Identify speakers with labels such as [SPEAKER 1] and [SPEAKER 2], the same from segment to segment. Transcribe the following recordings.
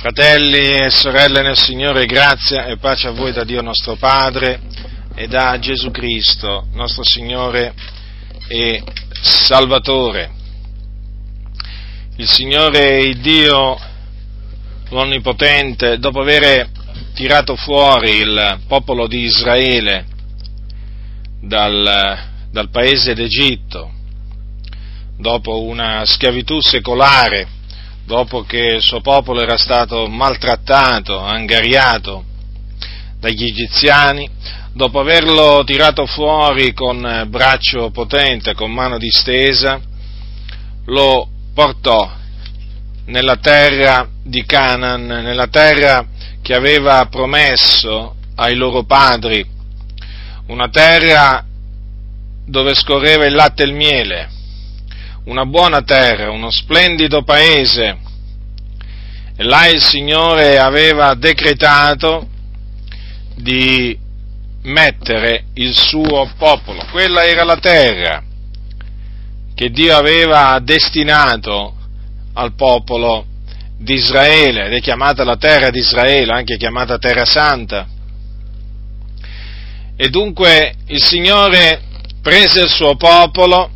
[SPEAKER 1] Fratelli e sorelle nel Signore, grazia e pace a voi da Dio nostro Padre e da Gesù Cristo, nostro Signore e Salvatore. Il Signore, il Dio l'Onnipotente, dopo aver tirato fuori il popolo di Israele dal paese d'Egitto, dopo una schiavitù secolare, dopo che il suo popolo era stato maltrattato, angariato dagli egiziani, dopo averlo tirato fuori con braccio potente, con mano distesa, lo portò nella terra di Canaan, nella terra che aveva promesso ai loro padri, una terra dove scorreva il latte e il miele, una buona terra, uno splendido paese, e là il Signore aveva decretato di mettere il suo popolo. Quella era la terra che Dio aveva destinato al popolo di Israele, ed è chiamata la terra di Israele, anche chiamata Terra Santa. E dunque il Signore prese il suo popolo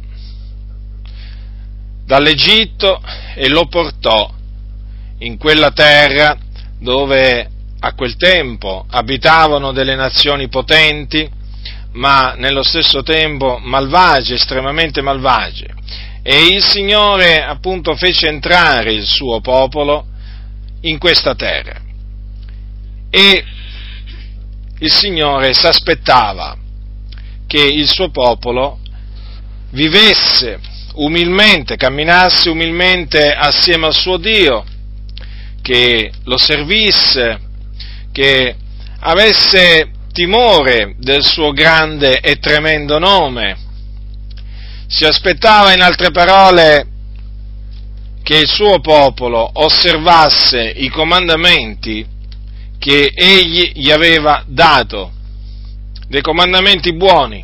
[SPEAKER 1] dall'Egitto e lo portò in quella terra dove a quel tempo abitavano delle nazioni potenti, ma nello stesso tempo malvagie, estremamente malvagie. E il Signore appunto fece entrare il suo popolo in questa terra. E il Signore s'aspettava che il suo popolo vivesse umilmente, camminasse umilmente assieme al suo Dio, che lo servisse, che avesse timore del suo grande e tremendo nome. Si aspettava, in altre parole, che il suo popolo osservasse i comandamenti che egli gli aveva dato, dei comandamenti buoni.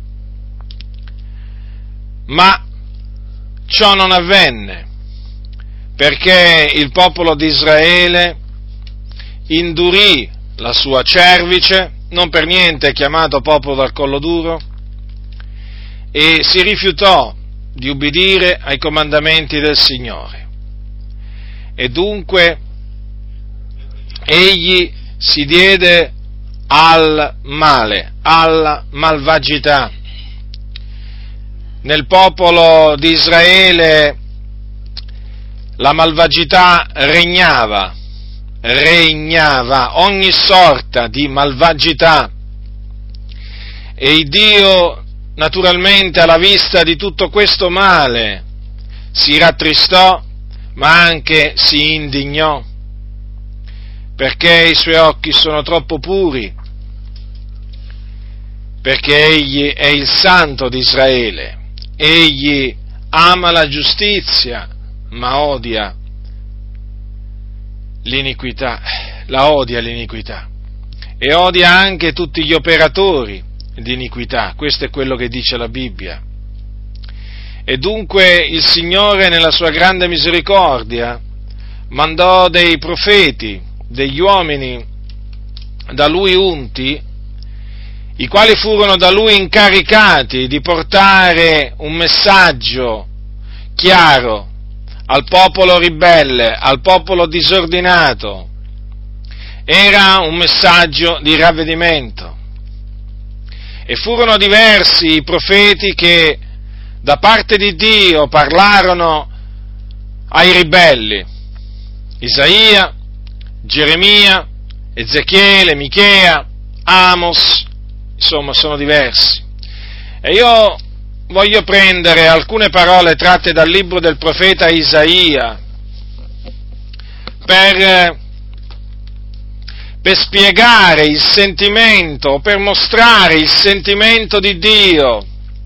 [SPEAKER 1] Ma ciò non avvenne, perché il popolo di Israele indurì la sua cervice, non per niente è chiamato popolo dal collo duro, e si rifiutò di ubbidire ai comandamenti del Signore. E dunque egli si diede al male, alla malvagità. Nel popolo di Israele la malvagità regnava, ogni sorta di malvagità, e il Dio, naturalmente, alla vista di tutto questo male, si rattristò, ma anche si indignò, perché i suoi occhi sono troppo puri, perché egli è il Santo di Israele. Egli ama la giustizia, ma odia l'iniquità, e odia anche tutti gli operatori di iniquità. Questo è quello che dice la Bibbia. E dunque il Signore, nella sua grande misericordia, mandò dei profeti, degli uomini da Lui unti, i quali furono da Lui incaricati di portare un messaggio chiaro al popolo ribelle, al popolo disordinato. Era un messaggio di ravvedimento. E furono diversi i profeti che da parte di Dio parlarono ai ribelli: Isaia, Geremia, Ezechiele, Michea, Amos. Insomma, sono diversi. E io voglio prendere alcune parole tratte dal libro del profeta Isaia per spiegare il sentimento, per mostrare il sentimento di Dio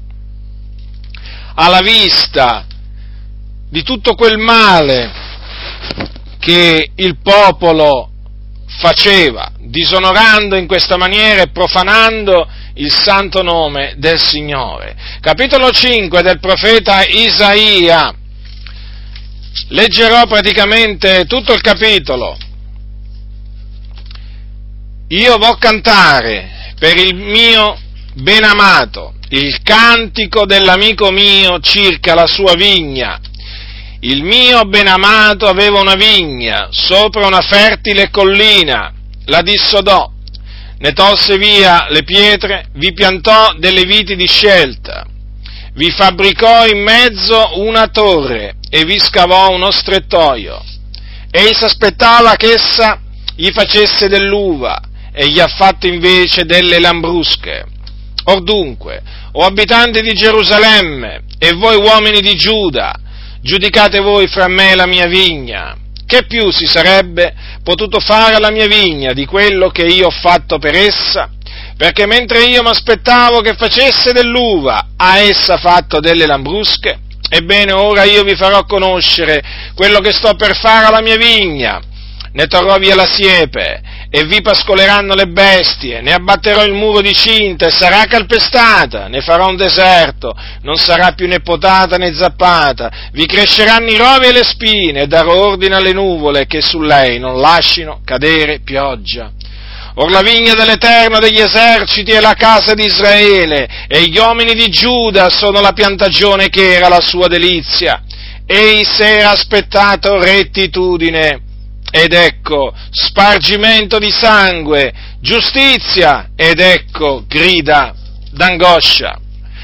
[SPEAKER 1] alla vista di tutto quel male che il popolo faceva, disonorando in questa maniera e profanando il santo nome del Signore. Capitolo 5 del profeta Isaia. Leggerò praticamente tutto il capitolo, io vo' cantare per il mio benamato il cantico dell'amico mio circa la sua vigna. Il mio benamato aveva una vigna sopra una fertile collina, la dissodò, ne tolse via le pietre, vi piantò delle viti di scelta, vi fabbricò in mezzo una torre e vi scavò uno strettoio. Ei s'aspettava che essa gli facesse dell'uva e gli ha fatto invece delle lambrusche. Or dunque, o abitanti di Gerusalemme e voi uomini di Giuda, giudicate voi fra me e la mia vigna. Che più si sarebbe potuto fare alla mia vigna di quello che io ho fatto per essa? Perché mentre io mi aspettavo che facesse dell'uva, ha essa fatto delle lambrusche? Ebbene, ora io vi farò conoscere quello che sto per fare alla mia vigna. Ne terrò via la siepe, e vi pascoleranno le bestie, ne abbatterò il muro di cinta, e sarà calpestata, ne farò un deserto, non sarà più né potata né zappata, vi cresceranno i rovi e le spine, e darò ordine alle nuvole che su lei non lascino cadere pioggia. Or la vigna dell'Eterno degli eserciti è la casa di Israele, e gli uomini di Giuda sono la piantagione che era la sua delizia. Ei s'era aspettato rettitudine, ed ecco spargimento di sangue, giustizia, ed ecco grida d'angoscia.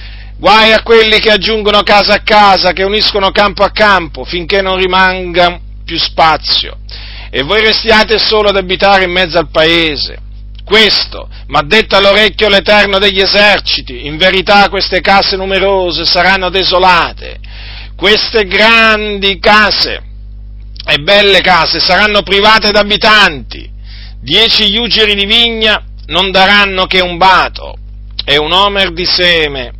[SPEAKER 1] Guai a quelli che aggiungono casa a casa, che uniscono campo a campo, finché non rimanga più spazio, e voi restiate solo ad abitare in mezzo al paese. Questo m'ha detto all'orecchio l'Eterno degli eserciti: in verità queste case numerose saranno desolate, queste grandi case e belle case saranno private d'abitanti, 10 iugeri di vigna non daranno che un bato, e un omer di seme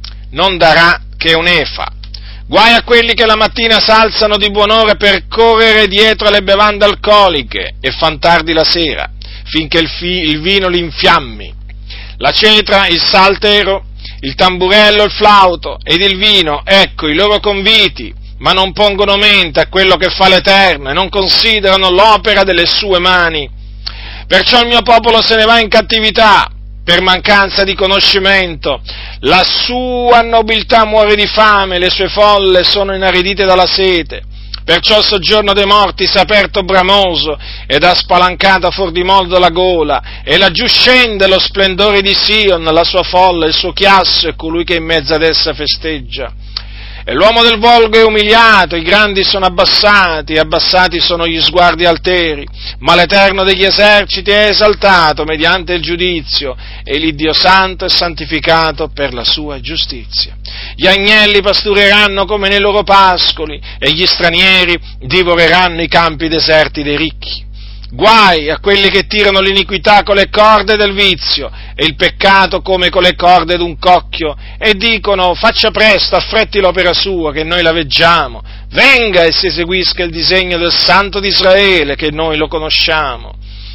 [SPEAKER 1] non darà che un efa. Guai a quelli che la mattina s'alzano di buon'ora per correre dietro alle bevande alcoliche e fan tardi la sera, finché il vino li infiammi. La cetra, il saltero, il tamburello, il flauto ed il vino, ecco i loro conviti, ma non pongono mente a quello che fa l'Eterno e non considerano l'opera delle sue mani. Perciò il mio popolo se ne va in cattività per mancanza di conoscimento, la sua nobiltà muore di fame, le sue folle sono inaridite dalla sete. Perciò il soggiorno dei morti s'è aperto bramoso ed ha spalancato fuor di modo la gola, e laggiù scende lo splendore di Sion, la sua folla, il suo chiasso e colui che in mezzo ad essa festeggia. E l'uomo del volgo è umiliato, i grandi sono abbassati, e abbassati sono gli sguardi alteri, ma l'Eterno degli eserciti è esaltato mediante il giudizio, e l'Iddio Santo è santificato per la sua giustizia. Gli agnelli pastureranno come nei loro pascoli, e gli stranieri divoreranno i campi deserti dei ricchi. Guai a quelli che tirano l'iniquità con le corde del vizio e il peccato come con le corde d'un cocchio, e dicono: faccia presto, affretti l'opera sua, che noi la veggiamo, venga e si eseguisca il disegno del Santo di Israele, che noi lo conosciamo.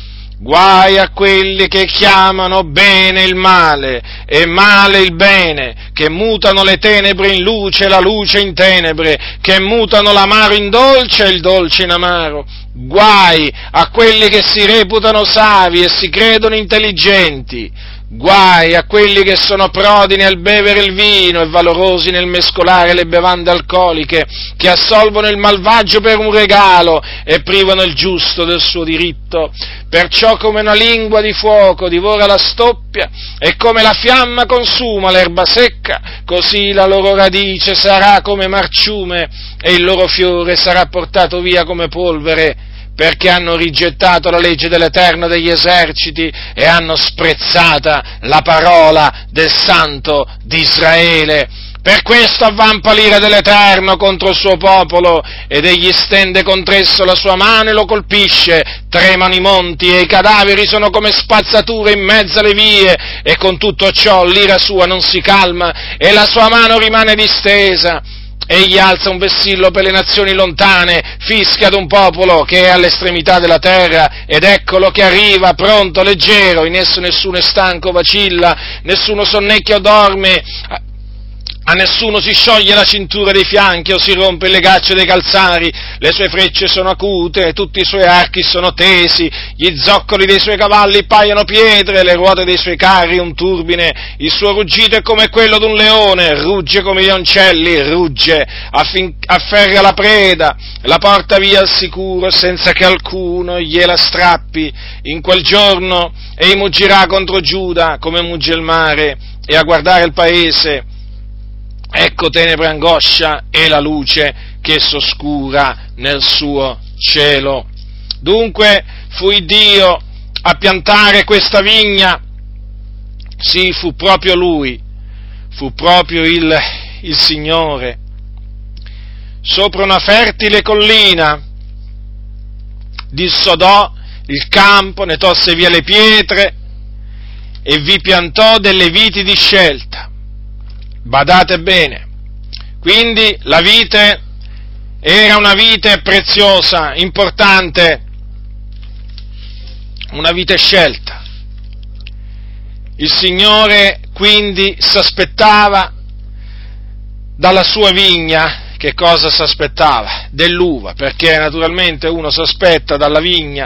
[SPEAKER 1] Guai a quelli che chiamano bene il male e male il bene, che mutano le tenebre in luce e la luce in tenebre, che mutano l'amaro in dolce e il dolce in amaro. Guai a quelli che si reputano savi e si credono intelligenti. Guai a quelli che sono prodi nel bevere il vino e valorosi nel mescolare le bevande alcoliche, che assolvono il malvagio per un regalo e privano il giusto del suo diritto. Perciò come una lingua di fuoco divora la stoppia e come la fiamma consuma l'erba secca, così la loro radice sarà come marciume e il loro fiore sarà portato via come polvere, perché hanno rigettato la legge dell'Eterno degli eserciti e hanno sprezzata la parola del Santo di Israele. Per questo avvampa l'ira dell'Eterno contro il suo popolo, ed egli stende contro esso la sua mano e lo colpisce. Tremano i monti e i cadaveri sono come spazzature in mezzo alle vie, e con tutto ciò l'ira sua non si calma e la sua mano rimane distesa. Egli alza un vessillo per le nazioni lontane, fischia ad un popolo che è all'estremità della terra, ed eccolo che arriva, pronto, leggero, in esso nessuno è stanco, vacilla, nessuno sonnecchia o dorme. A nessuno si scioglie la cintura dei fianchi o si rompe il legaccio dei calzari, le sue frecce sono acute, tutti i suoi archi sono tesi, gli zoccoli dei suoi cavalli paiono pietre, le ruote dei suoi carri un turbine, il suo ruggito è come quello d'un leone, rugge come gli oncelli, rugge, afferra la preda, la porta via al sicuro senza che alcuno gliela strappi. In quel giorno ei muggirà contro Giuda come mugge il mare, e a guardare il paese ecco tenebre, angoscia e la luce che s'oscura nel suo cielo. Dunque fu Dio a piantare questa vigna, sì, fu proprio Lui, fu proprio il Signore, sopra una fertile collina, dissodò il campo, ne tolse via le pietre e vi piantò delle viti di scelta. Badate bene, quindi la vite era una vite preziosa, importante, una vite scelta. Il Signore quindi s'aspettava dalla sua vigna, che cosa s'aspettava? Dell'uva, perché naturalmente uno s'aspetta dalla vigna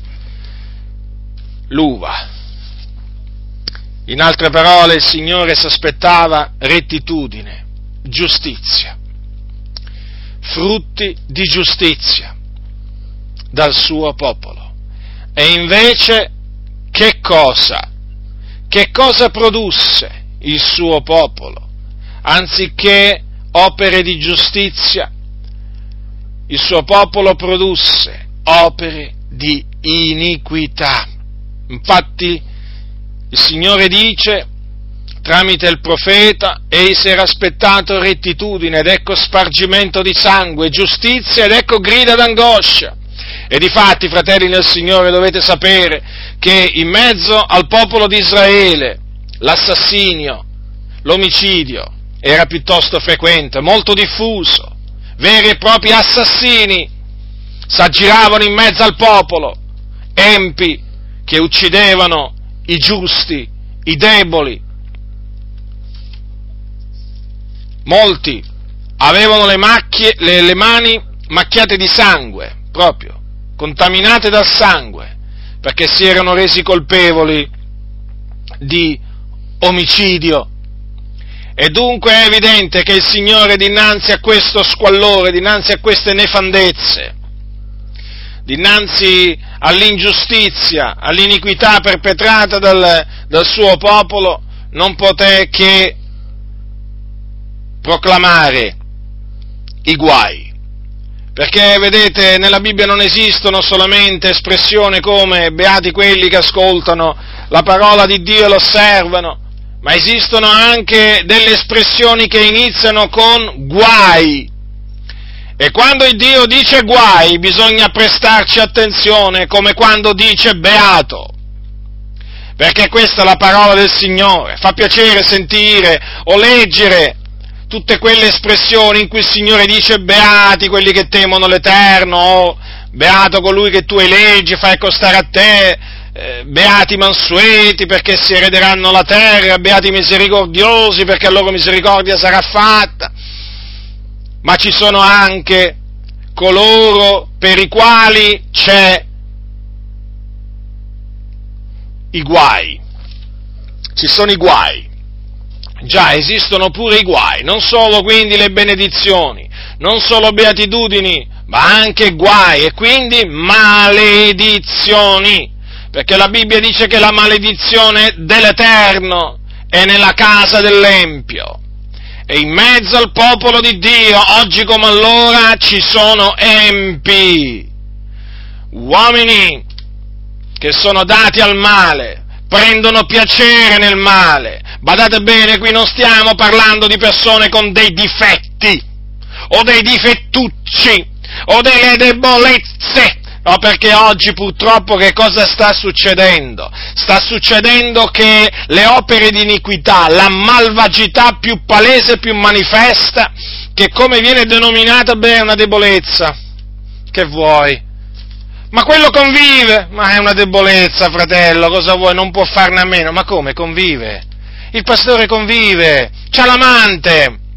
[SPEAKER 1] l'uva. In altre parole, il Signore s'aspettava rettitudine, giustizia, frutti di giustizia dal suo popolo. E invece che cosa? Che cosa produsse il suo popolo? Anziché opere di giustizia, il suo popolo produsse opere di iniquità. Infatti, il Signore dice, tramite il profeta, ei si era aspettato rettitudine, ed ecco spargimento di sangue, giustizia, ed ecco grida d'angoscia. E difatti, fratelli nel Signore, dovete sapere che in mezzo al popolo di Israele l'assassinio, l'omicidio era piuttosto frequente, molto diffuso, veri e propri assassini s'aggiravano in mezzo al popolo, empi che uccidevano i giusti, i deboli. Molti avevano le mani macchiate di sangue, proprio, contaminate dal sangue, perché si erano resi colpevoli di omicidio. E dunque è evidente che il Signore, dinanzi a questo squallore, dinanzi a queste nefandezze, dinanzi all'ingiustizia, all'iniquità perpetrata dal suo popolo, non poté che proclamare i guai. Perché, vedete, nella Bibbia non esistono solamente espressioni come beati quelli che ascoltano la parola di Dio e lo osservano, ma esistono anche delle espressioni che iniziano con guai. E quando il Dio dice guai, bisogna prestarci attenzione, come quando dice beato, perché questa è la parola del Signore. Fa piacere sentire o leggere tutte quelle espressioni in cui il Signore dice beati quelli che temono l'Eterno, o beato colui che tu eleggi, fai accostare a te, beati i mansueti perché si erederanno la terra, beati i misericordiosi perché a loro misericordia sarà fatta. Ma ci sono anche coloro per i quali c'è i guai. Ci sono i guai. Già, esistono pure i guai, non solo quindi le benedizioni, non solo beatitudini, ma anche guai e quindi maledizioni. Perché la Bibbia dice che la maledizione dell'Eterno è nella casa dell'empio. E in mezzo al popolo di Dio, oggi come allora, ci sono empi, uomini che sono dati al male, prendono piacere nel male. Badate bene, qui non stiamo parlando di persone con dei difetti, o dei difettucci, o delle debolezze. No, perché oggi purtroppo che cosa sta succedendo? Sta succedendo che le opere di iniquità, la malvagità più palese, più manifesta, che come viene denominata, è una debolezza. Che vuoi? Ma quello convive? Ma è una debolezza, fratello, cosa vuoi? Non può farne a meno. Ma come convive? Il pastore convive, c'ha l'amante.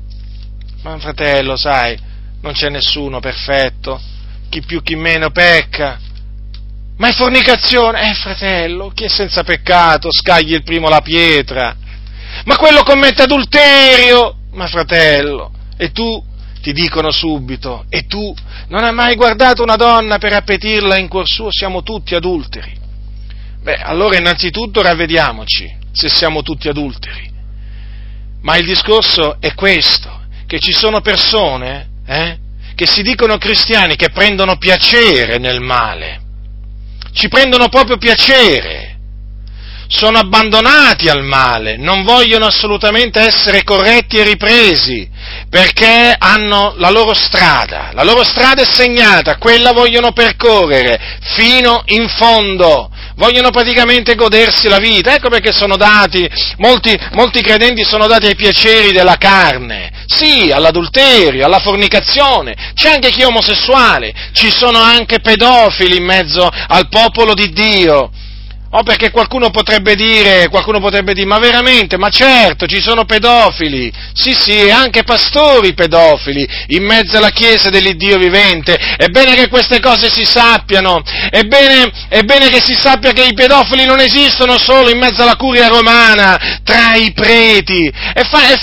[SPEAKER 1] Ma fratello, sai, non c'è nessuno perfetto, chi più chi meno pecca. Ma è fornicazione? Fratello, chi è senza peccato scagli il primo la pietra. Ma quello commette adulterio! Ma fratello, e tu? Ti dicono subito, e tu non hai mai guardato una donna per appetirla in cuor suo? Siamo tutti adulteri. Allora innanzitutto ravvediamoci se siamo tutti adulteri. Ma il discorso è questo, che ci sono persone, che si dicono cristiani, che prendono piacere nel male. Ci prendono proprio piacere, sono abbandonati al male, non vogliono assolutamente essere corretti e ripresi, perché hanno la loro strada è segnata, quella vogliono percorrere fino in fondo, vogliono praticamente godersi la vita. Ecco perché sono dati, molti credenti sono dati ai piaceri della carne, sì, all'adulterio, alla fornicazione, c'è anche chi è omosessuale, ci sono anche pedofili in mezzo al popolo di Dio. Perché qualcuno potrebbe dire, ma veramente, ma certo, ci sono pedofili, sì, e anche pastori pedofili, in mezzo alla Chiesa dell'Iddio vivente. È bene che queste cose si sappiano, è bene che si sappia che i pedofili non esistono solo in mezzo alla curia romana, tra i preti. È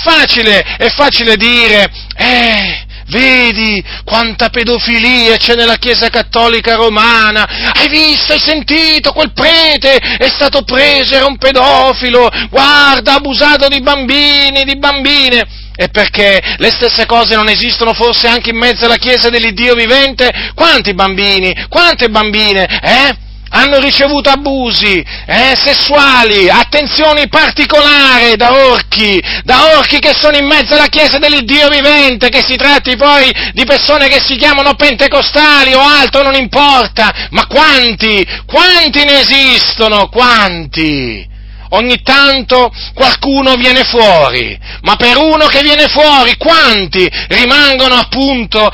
[SPEAKER 1] facile dire, vedi quanta pedofilia c'è nella Chiesa Cattolica Romana, hai visto, hai sentito, quel prete è stato preso, era un pedofilo, guarda, ha abusato di bambini, di bambine. E perché le stesse cose non esistono forse anche in mezzo alla Chiesa dell'Iddio vivente? Quanti bambini, quante bambine, hanno ricevuto abusi sessuali, attenzioni particolari da orchi che sono in mezzo alla Chiesa dell'Iddio vivente, che si tratti poi di persone che si chiamano pentecostali o altro, non importa, ma quanti ne esistono, quanti? Ogni tanto qualcuno viene fuori, ma per uno che viene fuori, quanti rimangono appunto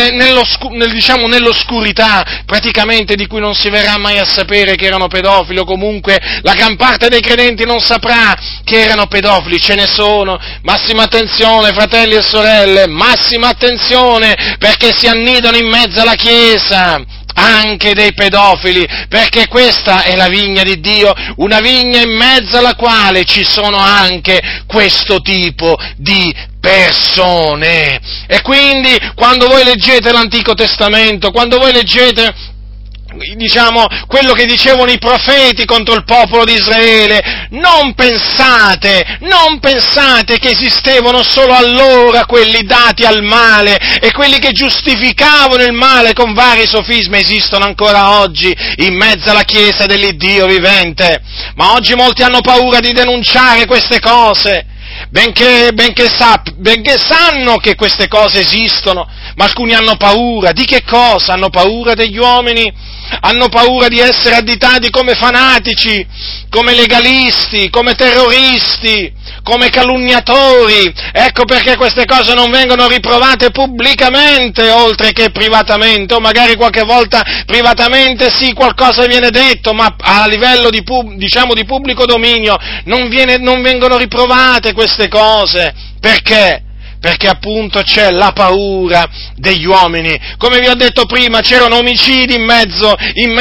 [SPEAKER 1] nell'oscurità, praticamente, di cui non si verrà mai a sapere che erano pedofili, o comunque la gran parte dei credenti non saprà che erano pedofili. Ce ne sono, massima attenzione, fratelli e sorelle, massima attenzione, perché si annidano in mezzo alla Chiesa anche dei pedofili, perché questa è la vigna di Dio, una vigna in mezzo alla quale ci sono anche questo tipo di persone. E quindi quando voi leggete l'Antico Testamento, quando voi leggete quello che dicevano i profeti contro il popolo di Israele, non pensate che esistevano solo allora quelli dati al male e quelli che giustificavano il male con vari sofismi. Esistono ancora oggi in mezzo alla Chiesa dell'Iddio vivente, ma oggi molti hanno paura di denunciare queste cose, benché sanno che queste cose esistono, ma alcuni hanno paura. Di che cosa? Hanno paura degli uomini? Hanno paura di essere additati come fanatici, come legalisti, come terroristi, come calunniatori. Ecco perché queste cose non vengono riprovate pubblicamente, oltre che privatamente, o magari qualche volta privatamente sì, qualcosa viene detto, ma a livello di pubblico dominio non vengono riprovate queste cose. Perché? Perché appunto c'è la paura degli uomini. Come vi ho detto prima, c'erano omicidi in mezzo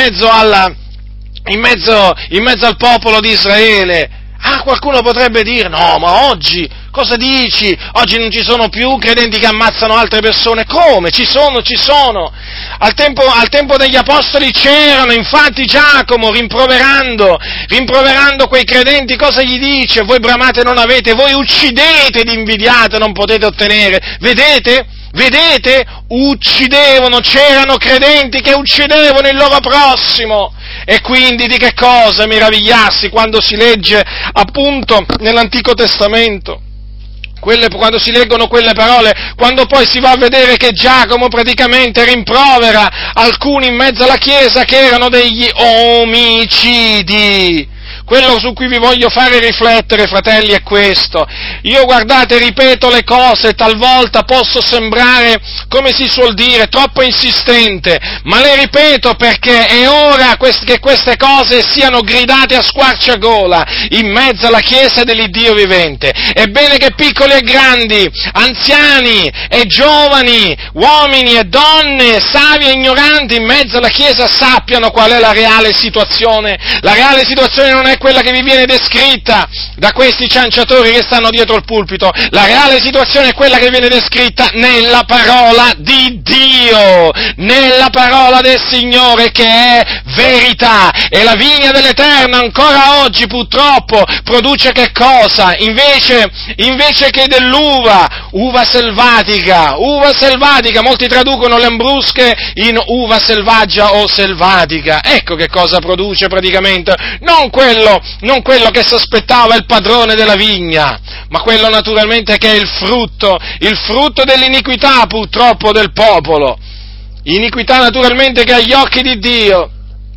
[SPEAKER 1] al popolo di Israele. Qualcuno potrebbe dire, no, ma oggi, cosa dici? Oggi non ci sono più credenti che ammazzano altre persone. Come? Ci sono. Al tempo degli apostoli c'erano, infatti Giacomo, rimproverando quei credenti, cosa gli dice? Voi bramate e non avete, voi uccidete ed invidiate e non potete ottenere. Vedete? Uccidevano, c'erano credenti che uccidevano il loro prossimo. E quindi di che cosa meravigliarsi quando si legge appunto nell'Antico Testamento? Quando si leggono quelle parole, quando poi si va a vedere che Giacomo praticamente rimprovera alcuni in mezzo alla Chiesa che erano degli omicidi. quello su cui vi voglio fare riflettere, fratelli, è questo. Io, guardate, ripeto le cose, talvolta posso sembrare, come si suol dire, troppo insistente, ma le ripeto perché è ora che queste cose siano gridate a squarciagola in mezzo alla Chiesa dell'Iddio vivente. È bene che piccoli e grandi, anziani e giovani, uomini e donne, savi e ignoranti, in mezzo alla Chiesa sappiano qual è la reale situazione. La reale situazione non è quella che vi viene descritta da questi cianciatori che stanno dietro il pulpito. La reale situazione è quella che viene descritta nella parola di Dio, nella parola del Signore, che è verità. E la vigna dell'Eterno ancora oggi purtroppo produce che cosa? Invece che dell'uva, uva selvatica, molti traducono le ambrusche in uva selvaggia o selvatica. Ecco che cosa produce praticamente, non quello che si aspettava il padrone della vigna, ma quello naturalmente che è il frutto dell'iniquità purtroppo del popolo. Iniquità naturalmente che agli occhi di Dio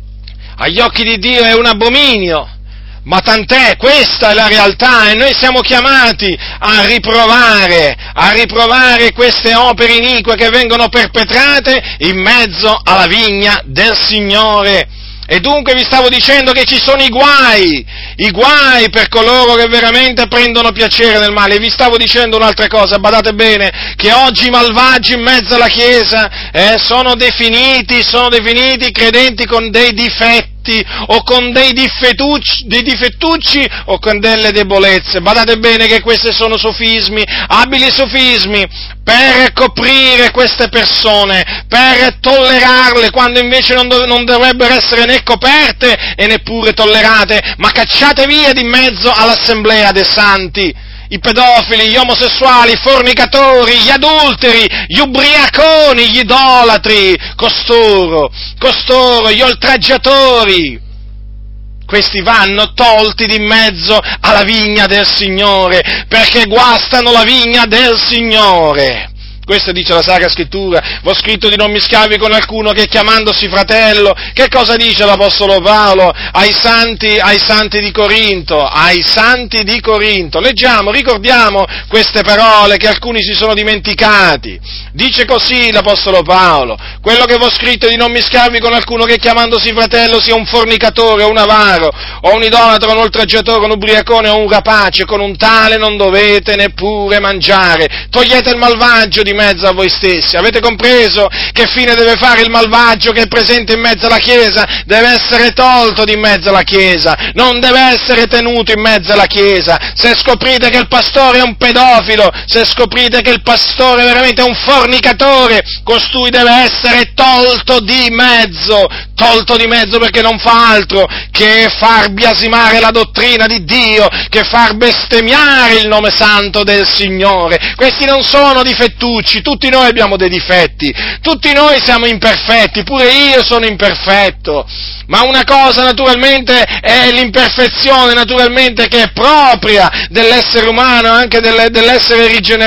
[SPEAKER 1] è un abominio, ma tant'è, questa è la realtà e noi siamo chiamati a riprovare queste opere inique che vengono perpetrate in mezzo alla vigna del Signore. E dunque vi stavo dicendo che ci sono i guai per coloro che veramente prendono piacere nel male. E vi stavo dicendo un'altra cosa, badate bene, che oggi i malvagi in mezzo alla Chiesa sono definiti credenti con dei difetti o con dei difettucci o con delle debolezze. Badate bene che questi sono sofismi, abili sofismi, per coprire queste persone, per tollerarle, quando invece non dovrebbero essere né coperte e neppure tollerate, ma cacciate via di mezzo all'assemblea dei santi. I pedofili, gli omosessuali, i fornicatori, gli adulteri, gli ubriaconi, gli idolatri, costoro, gli oltraggiatori. Questi vanno tolti di mezzo alla vigna del Signore, perché guastano la vigna del Signore. Questo dice la Sacra Scrittura. V'ho scritto di non mischiarvi con alcuno che chiamandosi fratello. Che cosa dice l'Apostolo Paolo ai santi di Corinto? Leggiamo, ricordiamo queste parole che alcuni si sono dimenticati. Dice così l'Apostolo Paolo: quello che v'ho scritto di non mischiarvi con alcuno che chiamandosi fratello sia un fornicatore, o un avaro, o un idolatra, un oltraggiatore, un ubriacone o un rapace. Con un tale non dovete neppure mangiare. Togliete il malvagio di mezzo a voi stessi. Avete compreso che fine deve fare il malvagio che è presente in mezzo alla Chiesa? Deve essere tolto di mezzo alla Chiesa, non deve essere tenuto in mezzo alla Chiesa. Se scoprite che il pastore è un pedofilo, se scoprite che il pastore veramente è un fornicatore, costui deve essere tolto di mezzo perché non fa altro che far biasimare la dottrina di Dio, che far bestemmiare il nome santo del Signore. Questi non sono difettucci, tutti noi abbiamo dei difetti, tutti noi siamo imperfetti, pure io sono imperfetto, ma una cosa naturalmente è l'imperfezione, naturalmente, che è propria dell'essere umano, anche dell'essere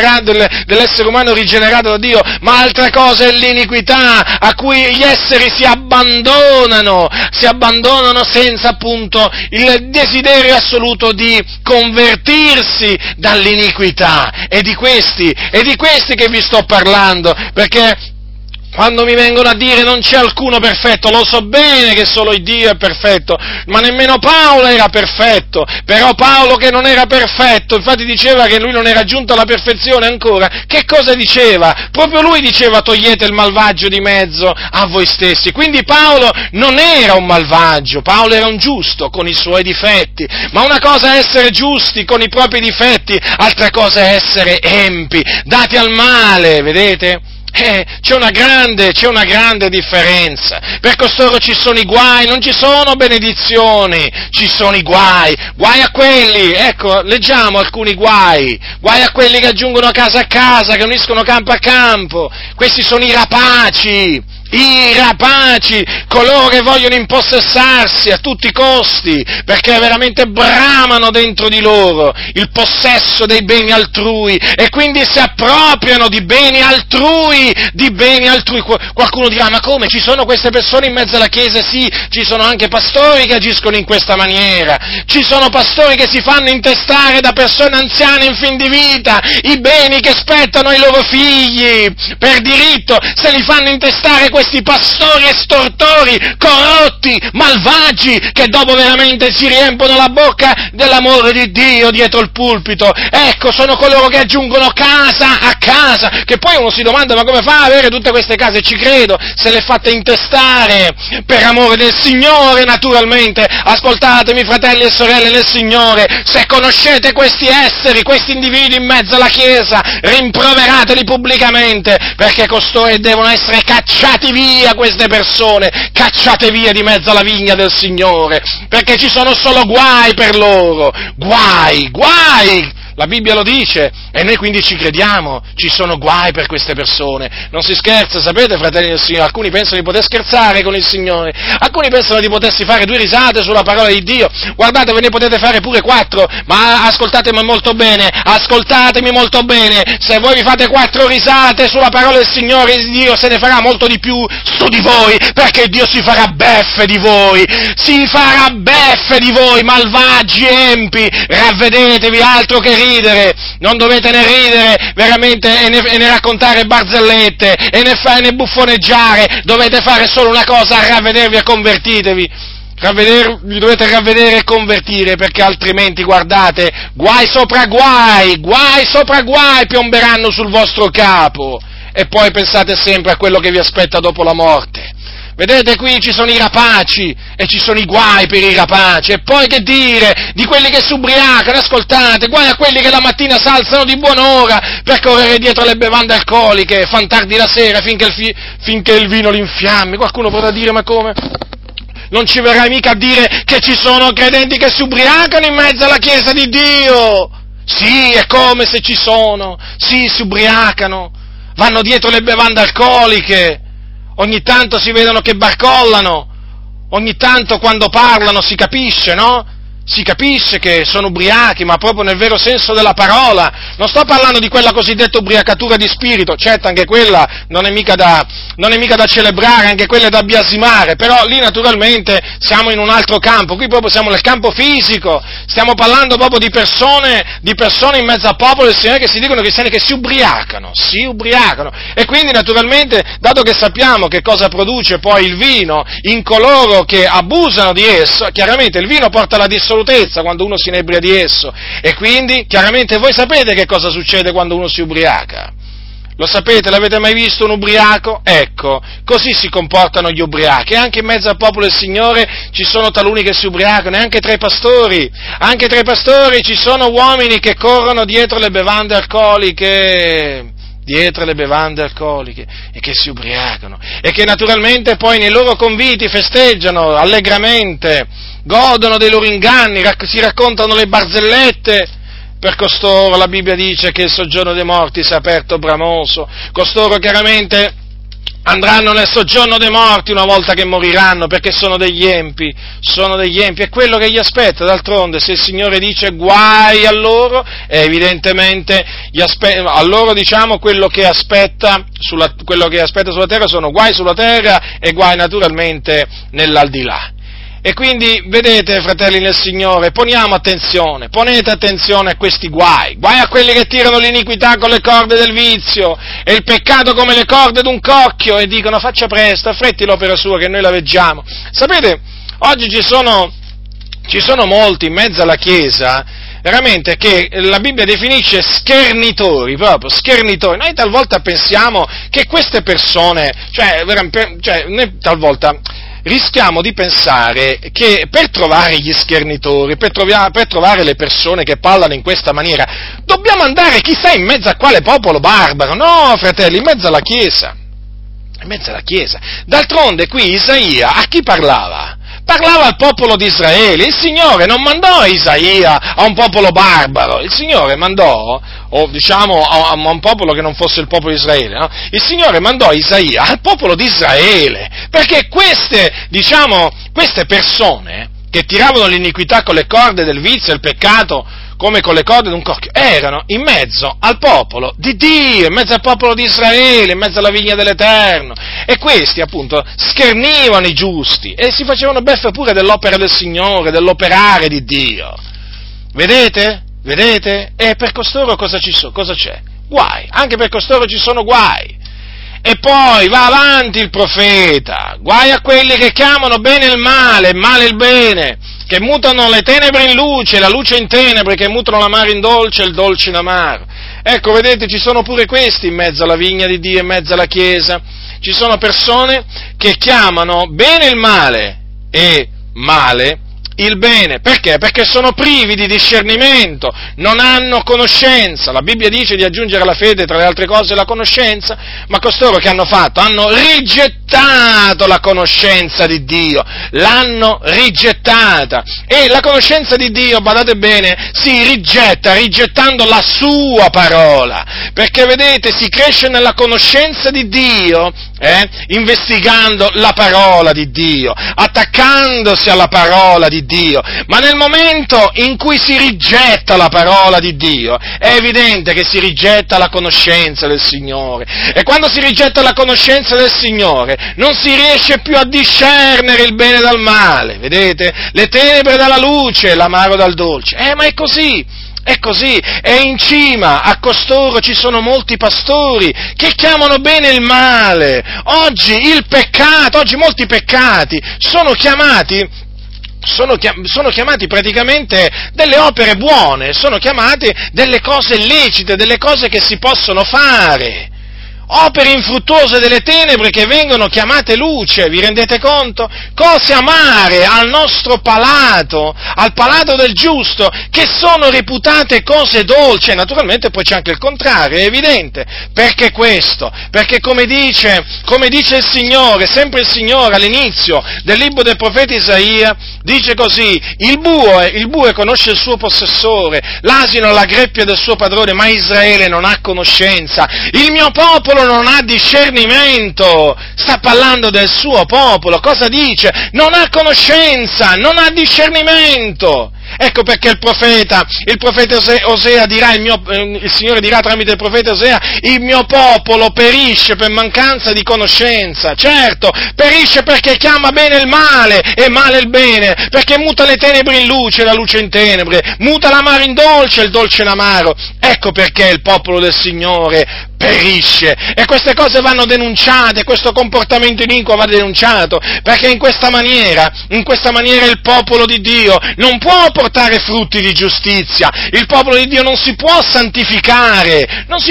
[SPEAKER 1] umano rigenerato da Dio, ma altra cosa è l'iniquità a cui gli esseri si abbandonano senza appunto il desiderio assoluto di convertirsi dall'iniquità. È di questi che vi sto parlando, perché quando mi vengono a dire non c'è alcuno perfetto, lo so bene che solo il Dio è perfetto, ma nemmeno Paolo era perfetto. Però Paolo, che non era perfetto, infatti diceva che lui non era giunto alla perfezione ancora, che cosa diceva? Proprio lui diceva: togliete il malvagio di mezzo a voi stessi. Quindi Paolo non era un malvagio, Paolo era un giusto con i suoi difetti, ma una cosa è essere giusti con i propri difetti, altra cosa è essere empi, dati al male, vedete? C'è una grande differenza. Per costoro ci sono i guai, non ci sono benedizioni, ci sono i guai a quelli, ecco, leggiamo alcuni guai a quelli che aggiungono casa a casa, che uniscono campo a campo. Questi sono i rapaci, I rapaci, coloro che vogliono impossessarsi a tutti i costi, perché veramente bramano dentro di loro il possesso dei beni altrui e quindi si appropriano di beni altrui, Qualcuno dirà, ma come, ci sono queste persone in mezzo alla Chiesa? Sì, ci sono anche pastori che agiscono in questa maniera, ci sono pastori che si fanno intestare da persone anziane in fin di vita i beni che spettano ai loro figli, per diritto, se li fanno intestare questi pastori estortori, corrotti, malvagi, che dopo veramente si riempono la bocca dell'amore di Dio dietro il pulpito. Ecco, sono coloro che aggiungono casa a casa, che poi uno si domanda, ma come fa ad avere tutte queste case? Ci credo, se le fate intestare per amore del Signore, naturalmente. Ascoltatemi, fratelli e sorelle nel Signore, se conoscete questi esseri, questi individui in mezzo alla Chiesa, rimproverateli pubblicamente, perché costoro devono essere cacciati via, queste persone, cacciate via di mezzo alla vigna del Signore, perché ci sono solo guai per loro, guai! La Bibbia lo dice, e noi quindi ci crediamo, ci sono guai per queste persone. Non si scherza, sapete, fratelli del Signore, alcuni pensano di poter scherzare con il Signore, alcuni pensano di potersi fare 2 risate sulla parola di Dio. Guardate, ve ne potete fare pure 4, ma ascoltatemi molto bene, se voi vi fate 4 risate sulla parola del Signore, Dio se ne farà molto di più su di voi, perché Dio si farà beffe di voi, malvagi empi, ravvedetevi, altro che ridere, non dovete ne ridere veramente e ne raccontare barzellette e ne buffoneggiare, dovete fare solo una cosa, ravvedervi e convertitevi. Vi dovete ravvedere e convertire, perché altrimenti, guardate, guai sopra guai piomberanno sul vostro capo, e poi pensate sempre a quello che vi aspetta dopo la morte. Vedete, qui ci sono i rapaci e ci sono i guai per i rapaci, e poi che dire di quelli che si ubriacano? Ascoltate, guai a quelli che la mattina s'alzano di buon'ora per correre dietro le bevande alcoliche, fan tardi la sera finché il vino li infiammi. Qualcuno potrà dire, ma come? Non ci verrai mica a dire che ci sono credenti che si ubriacano in mezzo alla Chiesa di Dio? Sì, è come se ci sono, sì, si ubriacano, vanno dietro le bevande alcoliche, ogni tanto si vedono che barcollano, ogni tanto quando parlano si capisce, no? Si capisce che sono ubriachi, ma proprio nel vero senso della parola. Non sto parlando di quella cosiddetta ubriacatura di spirito, certo anche quella non è mica da celebrare, anche quella è da biasimare, però lì naturalmente siamo in un altro campo, qui proprio siamo nel campo fisico, stiamo parlando proprio di persone in mezzo al popolo del Signore che si dicono cristiani, che si ubriacano, e quindi naturalmente, dato che sappiamo che cosa produce poi il vino in coloro che abusano di esso, chiaramente il vino porta alla dissoluzione quando uno si inebria di esso, e quindi chiaramente voi sapete che cosa succede quando uno si ubriaca. Lo sapete, l'avete mai visto un ubriaco? Ecco, così si comportano gli ubriachi, e anche in mezzo al popolo del Signore ci sono taluni che si ubriacano, e anche tra i pastori ci sono uomini che corrono dietro le bevande alcoliche, e che si ubriacano, e che naturalmente poi nei loro conviti festeggiano allegramente, godono dei loro inganni, si raccontano le barzellette. Per costoro la Bibbia dice che il soggiorno dei morti si è aperto bramoso, costoro chiaramente andranno nel soggiorno dei morti una volta che moriranno, perché sono degli empi, è quello che gli aspetta. D'altronde, se il Signore dice guai a loro, evidentemente a loro, diciamo, quello che aspetta sulla terra sono guai sulla terra e guai naturalmente nell'aldilà. E quindi, vedete, fratelli nel Signore, ponete attenzione a questi guai a quelli che tirano l'iniquità con le corde del vizio, e il peccato come le corde d'un cocchio, e dicono faccia presto, affretti l'opera sua che noi la veggiamo. Sapete, oggi ci sono molti in mezzo alla Chiesa, veramente, che la Bibbia definisce schernitori. Noi talvolta pensiamo che queste persone, noi talvolta rischiamo di pensare che per trovare gli schernitori, per trovare le persone che parlano in questa maniera, dobbiamo andare chissà in mezzo a quale popolo barbaro. No, fratelli, in mezzo alla Chiesa. D'altronde qui Isaia a chi parlava? parlava al popolo di Israele. Il Signore non mandò Isaia a un popolo barbaro, il Signore mandò, o diciamo a un popolo che non fosse il popolo di Israele, no? Il Signore mandò Isaia al popolo di Israele, perché queste persone che tiravano l'iniquità con le corde del vizio e il peccato come con le corde di un cocchio, erano in mezzo al popolo di Dio, in mezzo al popolo di Israele, in mezzo alla vigna dell'Eterno, e questi appunto schernivano i giusti e si facevano beffe pure dell'opera del Signore, dell'operare di Dio. Vedete? E per costoro cosa c'è? Guai, anche per costoro ci sono guai. E poi va avanti il profeta, guai a quelli che chiamano bene il male il bene, che mutano le tenebre in luce, la luce in tenebre, che mutano l'amaro in dolce e il dolce in amaro. Ecco, vedete, ci sono pure questi in mezzo alla vigna di Dio, in mezzo alla Chiesa. Ci sono persone che chiamano bene il male e male il bene. Perché? Perché sono privi di discernimento, non hanno conoscenza. La Bibbia dice di aggiungere alla fede, tra le altre cose, la conoscenza, ma costoro che hanno fatto? Hanno rigettato la conoscenza di Dio, l'hanno rigettata. E la conoscenza di Dio, badate bene, si rigetta rigettando la sua parola, perché vedete, si cresce nella conoscenza di Dio, investigando la parola di Dio, attaccandosi alla parola di Dio, ma nel momento in cui si rigetta la parola di Dio, è evidente che si rigetta la conoscenza del Signore, e quando si rigetta la conoscenza del Signore, non si riesce più a discernere il bene dal male, vedete? Le tenebre dalla luce, l'amaro dal dolce, ma è così. È così, e in cima a costoro ci sono molti pastori che chiamano bene il male. Oggi molti peccati sono chiamati praticamente delle opere buone, sono chiamate delle cose lecite, delle cose che si possono fare. Opere infruttuose delle tenebre che vengono chiamate luce, vi rendete conto? Cose amare al nostro palato, al palato del giusto, che sono reputate cose dolci. Naturalmente poi c'è anche il contrario, è evidente. Perché questo? Perché come dice il Signore, sempre il Signore all'inizio del libro del profeta Isaia, dice così: il bue conosce il suo possessore, l'asino la greppia del suo padrone, ma Israele non ha conoscenza. Il mio popolo non ha discernimento. Sta parlando del suo popolo. Cosa dice? Non ha conoscenza, non ha discernimento. Ecco perché il profeta Osea dirà, il Signore dirà tramite il profeta Osea: il mio popolo perisce per mancanza di conoscenza. Certo, perisce perché chiama bene il male e male il bene, perché muta le tenebre in luce e la luce in tenebre, muta l'amaro in dolce e il dolce in amaro. Ecco perché il popolo del Signore perisce, e queste cose vanno denunciate, questo comportamento iniquo va denunciato, perché in questa maniera il popolo di Dio non può portare frutti di giustizia, il popolo di Dio non si può santificare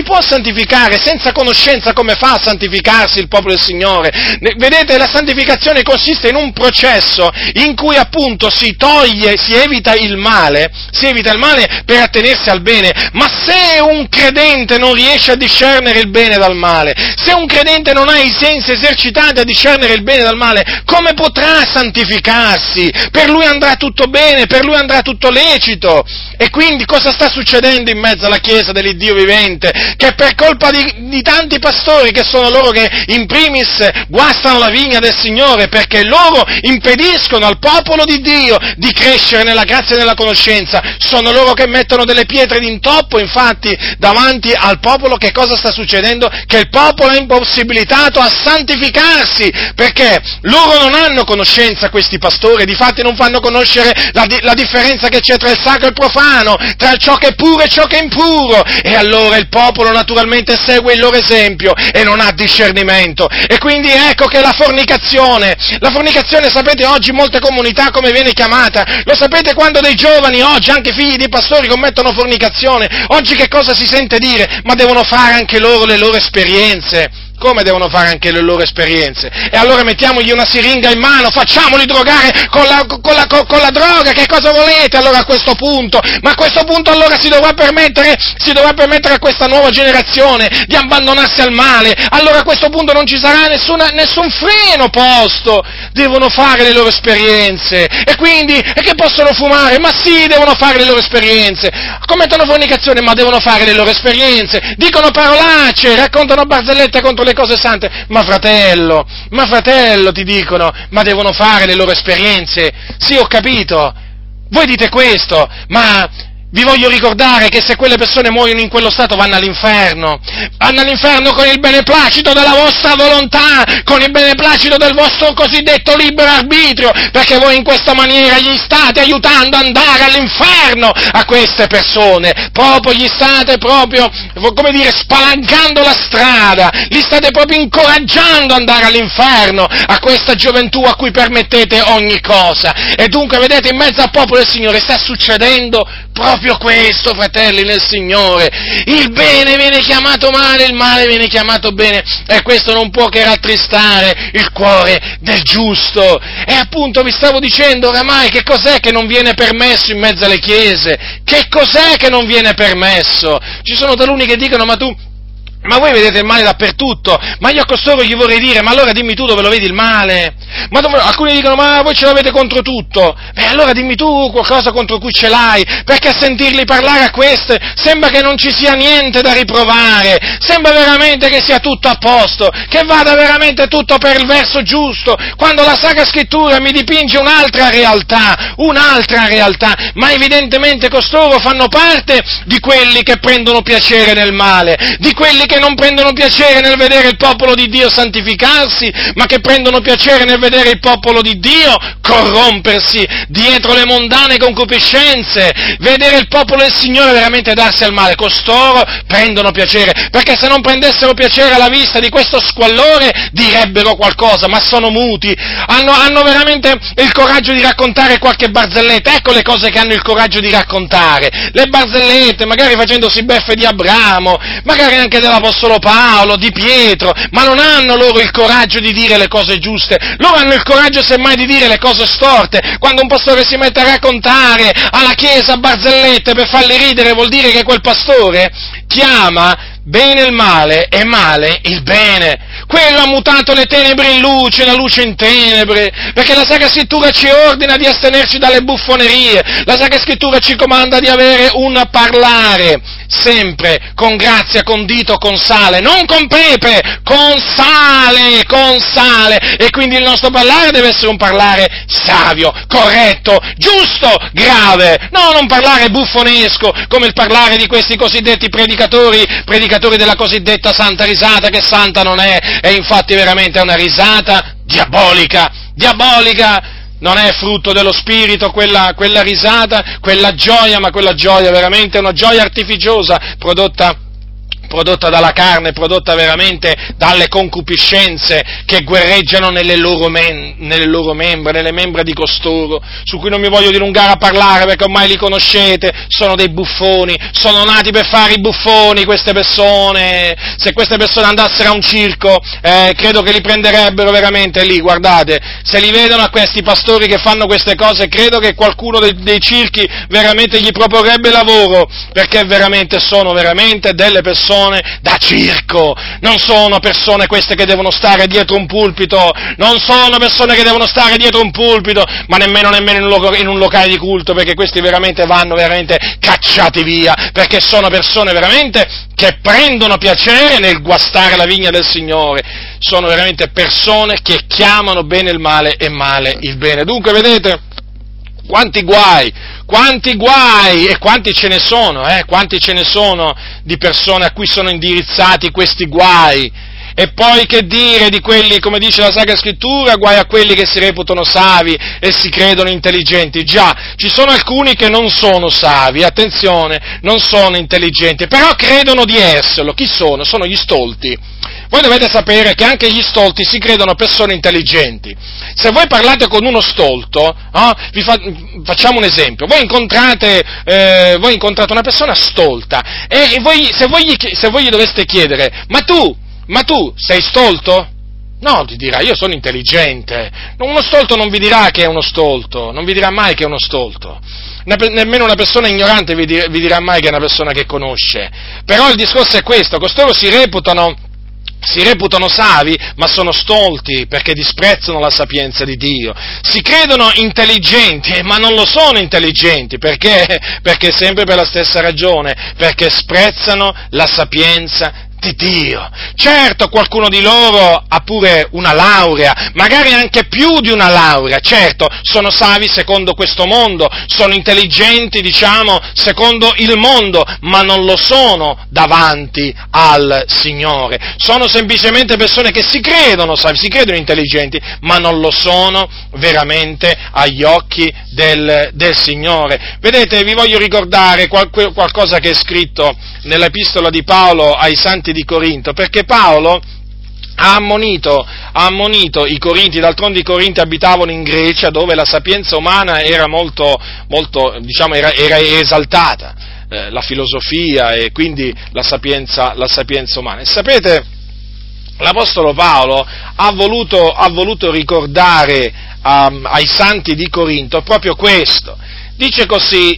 [SPEAKER 1] senza conoscenza. Come fa a santificarsi il popolo del Signore? Vedete, la santificazione consiste in un processo in cui appunto si evita il male per attenersi al bene. Ma se un credente non riesce a discernere il bene dal male, se un credente non ha i sensi esercitati a discernere il bene dal male, come potrà santificarsi? Per lui andrà tutto bene, per lui andrà tutto lecito. E quindi cosa sta succedendo in mezzo alla Chiesa dell'Iddio vivente? Che per colpa di tanti pastori, che sono loro che in primis guastano la vigna del Signore, perché loro impediscono al popolo di Dio di crescere nella grazia e nella conoscenza, sono loro che mettono delle pietre d'intoppo. Infatti davanti al popolo che cosa sta succedendo? Che il popolo è impossibilitato a santificarsi, perché loro non hanno conoscenza, questi pastori, difatti non fanno conoscere la differenza che c'è tra il sacro e il profano, tra ciò che è puro e ciò che è impuro, e allora il popolo naturalmente segue il loro esempio e non ha discernimento. E quindi ecco che la fornicazione, sapete oggi in molte comunità come viene chiamata? Lo sapete quando dei giovani oggi, anche figli di pastori, commettono fornicazione? Oggi che cosa si sente dire? Ma devono fare anche loro le loro esperienze. Come devono fare anche le loro esperienze? E allora mettiamogli una siringa in mano, facciamoli drogare con la droga, che cosa volete allora a questo punto? Ma a questo punto allora si dovrà permettere a questa nuova generazione di abbandonarsi al male, allora a questo punto non ci sarà nessun freno posto, devono fare le loro esperienze, e quindi, e che possono fumare? Ma sì, devono fare le loro esperienze, commettono fornicazione, ma devono fare le loro esperienze, dicono parolacce, raccontano barzellette contro le cose sante, ma fratello, ti dicono, ma devono fare le loro esperienze. Sì, ho capito, voi dite questo, ma vi voglio ricordare che se quelle persone muoiono in quello stato vanno all'inferno con il beneplacito della vostra volontà, con il beneplacito del vostro cosiddetto libero arbitrio, perché voi in questa maniera gli state aiutando ad andare all'inferno a queste persone, gli state spalancando la strada, li state proprio incoraggiando ad andare all'inferno a questa gioventù a cui permettete ogni cosa. E dunque, vedete, in mezzo al popolo del Signore sta succedendo proprio questo, fratelli nel Signore. Il bene viene chiamato male, il male viene chiamato bene, e questo non può che rattristare il cuore del giusto. E appunto vi stavo dicendo oramai che cos'è che non viene permesso in mezzo alle chiese? Che cos'è che non viene permesso? Ci sono taluni che dicono, ma voi vedete il male dappertutto, ma io a costoro gli vorrei dire, ma allora dimmi tu dove lo vedi il male? Alcuni dicono, ma voi ce l'avete contro tutto, allora dimmi tu qualcosa contro cui ce l'hai, perché a sentirli parlare a queste sembra che non ci sia niente da riprovare, sembra veramente che sia tutto a posto, che vada veramente tutto per il verso giusto, quando la Sacra Scrittura mi dipinge un'altra realtà, ma evidentemente costoro fanno parte di quelli che prendono piacere nel male, di quelli che non prendono piacere nel vedere il popolo di Dio santificarsi, ma che prendono piacere nel vedere il popolo di Dio corrompersi dietro le mondane concupiscenze, vedere il popolo del Signore veramente darsi al male. Costoro prendono piacere, perché se non prendessero piacere alla vista di questo squallore direbbero qualcosa, ma sono muti, hanno veramente il coraggio di raccontare qualche barzelletta. Ecco le cose che hanno il coraggio di raccontare, le barzellette, magari facendosi beffe di Abramo, magari anche dell'Apostolo Paolo, di Pietro, ma non hanno loro il coraggio di dire le cose giuste, loro hanno il coraggio semmai di dire le cose storte. Quando un pastore si mette a raccontare alla chiesa barzellette per farli ridere, vuol dire che quel pastore chiama bene il male e male il bene. Quello ha mutato le tenebre in luce, la luce in tenebre, perché la Sacra Scrittura ci ordina di astenerci dalle buffonerie, la Sacra Scrittura ci comanda di avere un parlare sempre con grazia, condito con sale, non con pepe, con sale, e quindi il nostro parlare deve essere un parlare savio, corretto, giusto, grave, non un parlare buffonesco come il parlare di questi cosiddetti predicatori della cosiddetta santa risata, che santa non è, e infatti veramente è una risata diabolica, non è frutto dello spirito quella risata, quella gioia, ma quella gioia veramente è una gioia artificiosa, prodotta dalla carne, prodotta veramente dalle concupiscenze che guerreggiano nelle loro membra, nelle membra di costoro, su cui non mi voglio dilungare a parlare perché ormai li conoscete, sono dei buffoni, sono nati per fare i buffoni queste persone. Se queste persone andassero a un circo, credo che li prenderebbero veramente lì, guardate, se li vedono a questi pastori che fanno queste cose, credo che qualcuno dei circhi veramente gli proporrebbe lavoro, perché veramente sono veramente delle persone da circo, non sono persone queste che devono stare dietro un pulpito, ma nemmeno in un locale di culto, perché questi veramente vanno veramente cacciati via, perché sono persone veramente che prendono piacere nel guastare la vigna del Signore, sono veramente persone che chiamano bene il male e male il bene. Dunque, vedete, quanti guai e quanti ce ne sono di persone a cui sono indirizzati questi guai. E poi che dire di quelli, come dice la Sacra Scrittura, guai a quelli che si reputano savi e si credono intelligenti. Già, ci sono alcuni che non sono savi, attenzione, non sono intelligenti, però credono di esserlo. Chi sono? Sono gli stolti. Voi dovete sapere che anche gli stolti si credono persone intelligenti. Se voi parlate con uno stolto, facciamo un esempio, voi incontrate una persona stolta e se voi gli doveste chiedere, ma tu ma tu sei stolto? No, ti dirà, io sono intelligente. Uno stolto non vi dirà che è uno stolto, non vi dirà mai che è uno stolto. Nemmeno una persona ignorante vi dirà mai che è una persona che conosce. Però il discorso è questo: costoro si reputano savi, ma sono stolti perché disprezzano la sapienza di Dio. Si credono intelligenti, ma non lo sono intelligenti, perché? Perché sempre per la stessa ragione, perché sprezzano la sapienza di Dio. Certo, qualcuno di loro ha pure una laurea, magari anche più di una laurea. Certo, sono savi secondo questo mondo, sono intelligenti, secondo il mondo, ma non lo sono davanti al Signore. Sono semplicemente persone che si credono savi, si credono intelligenti, ma non lo sono veramente agli occhi del Signore. Vedete, vi voglio ricordare qualcosa che è scritto nell'epistola di Paolo ai Santi di Corinto, perché Paolo ha ammonito i Corinti. D'altronde i Corinti abitavano in Grecia, dove la sapienza umana era molto, era esaltata, la filosofia e quindi la sapienza umana. E sapete, l'Apostolo Paolo ha voluto ricordare ai Santi di Corinto proprio questo. Dice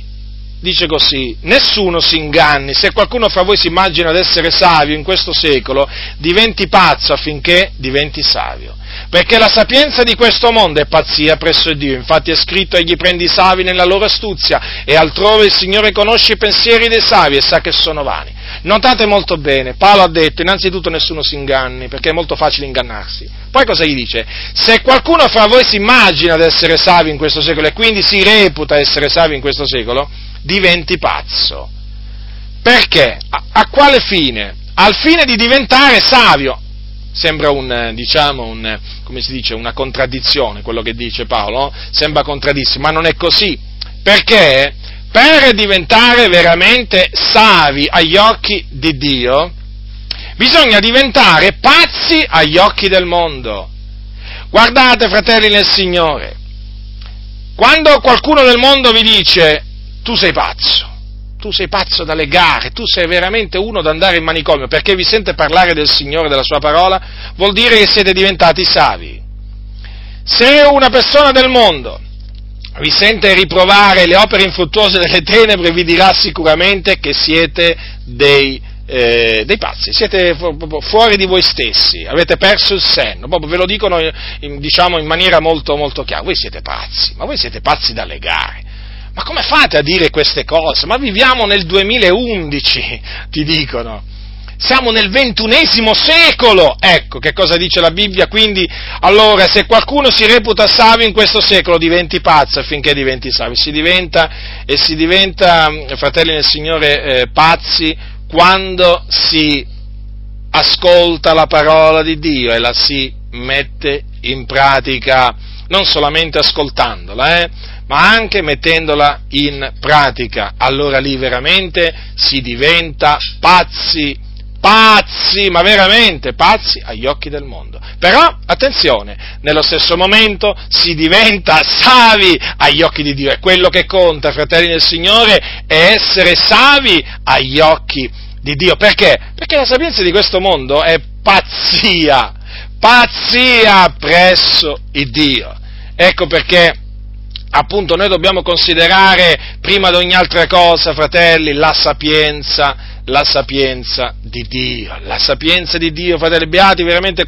[SPEAKER 1] così, nessuno si inganni, se qualcuno fra voi si immagina di essere savio in questo secolo, diventi pazzo affinché diventi savio. Perché la sapienza di questo mondo è pazzia presso Dio, infatti è scritto: egli prende i savi nella loro astuzia, e altrove il Signore conosce i pensieri dei savi e sa che sono vani. Notate molto bene, Paolo ha detto, innanzitutto nessuno si inganni, perché è molto facile ingannarsi. Poi cosa gli dice? Se qualcuno fra voi si immagina di essere savio in questo secolo, e quindi si reputa essere savio in questo secolo, diventi pazzo. Perché? A quale fine? Al fine di diventare savio. Sembra come si dice, una contraddizione quello che dice Paolo, no? Sembra contraddissimo, ma non è così. Perché? Per diventare veramente savi agli occhi di Dio, bisogna diventare pazzi agli occhi del mondo. Guardate, fratelli nel Signore, quando qualcuno del mondo vi dice: tu sei pazzo da legare, tu sei veramente uno da andare in manicomio, perché vi sente parlare del Signore e della Sua parola, vuol dire che siete diventati savi. Se una persona del mondo vi sente riprovare le opere infruttuose delle tenebre, vi dirà sicuramente che siete dei pazzi, siete fuori di voi stessi, avete perso il senno, proprio ve lo dicono in maniera molto, molto chiara: voi siete pazzi, ma voi siete pazzi da legare. Ma come fate a dire queste cose? Ma viviamo nel 2011, ti dicono. Siamo nel XXI secolo. Ecco, che cosa dice la Bibbia? Quindi, allora, se qualcuno si reputa savio in questo secolo, diventi pazzo affinché diventi savio. Si diventa, fratelli nel Signore, pazzi quando si ascolta la parola di Dio e la si mette in pratica, non solamente ascoltandola, ma anche mettendola in pratica. Allora lì veramente si diventa pazzi, ma veramente pazzi agli occhi del mondo. Però, attenzione, nello stesso momento si diventa savi agli occhi di Dio, e quello che conta, fratelli del Signore, è essere savi agli occhi di Dio. Perché? Perché la sapienza di questo mondo è pazzia presso il Dio. Ecco perché appunto noi dobbiamo considerare prima di ogni altra cosa, fratelli, la sapienza di Dio. La sapienza di Dio, fratelli, beati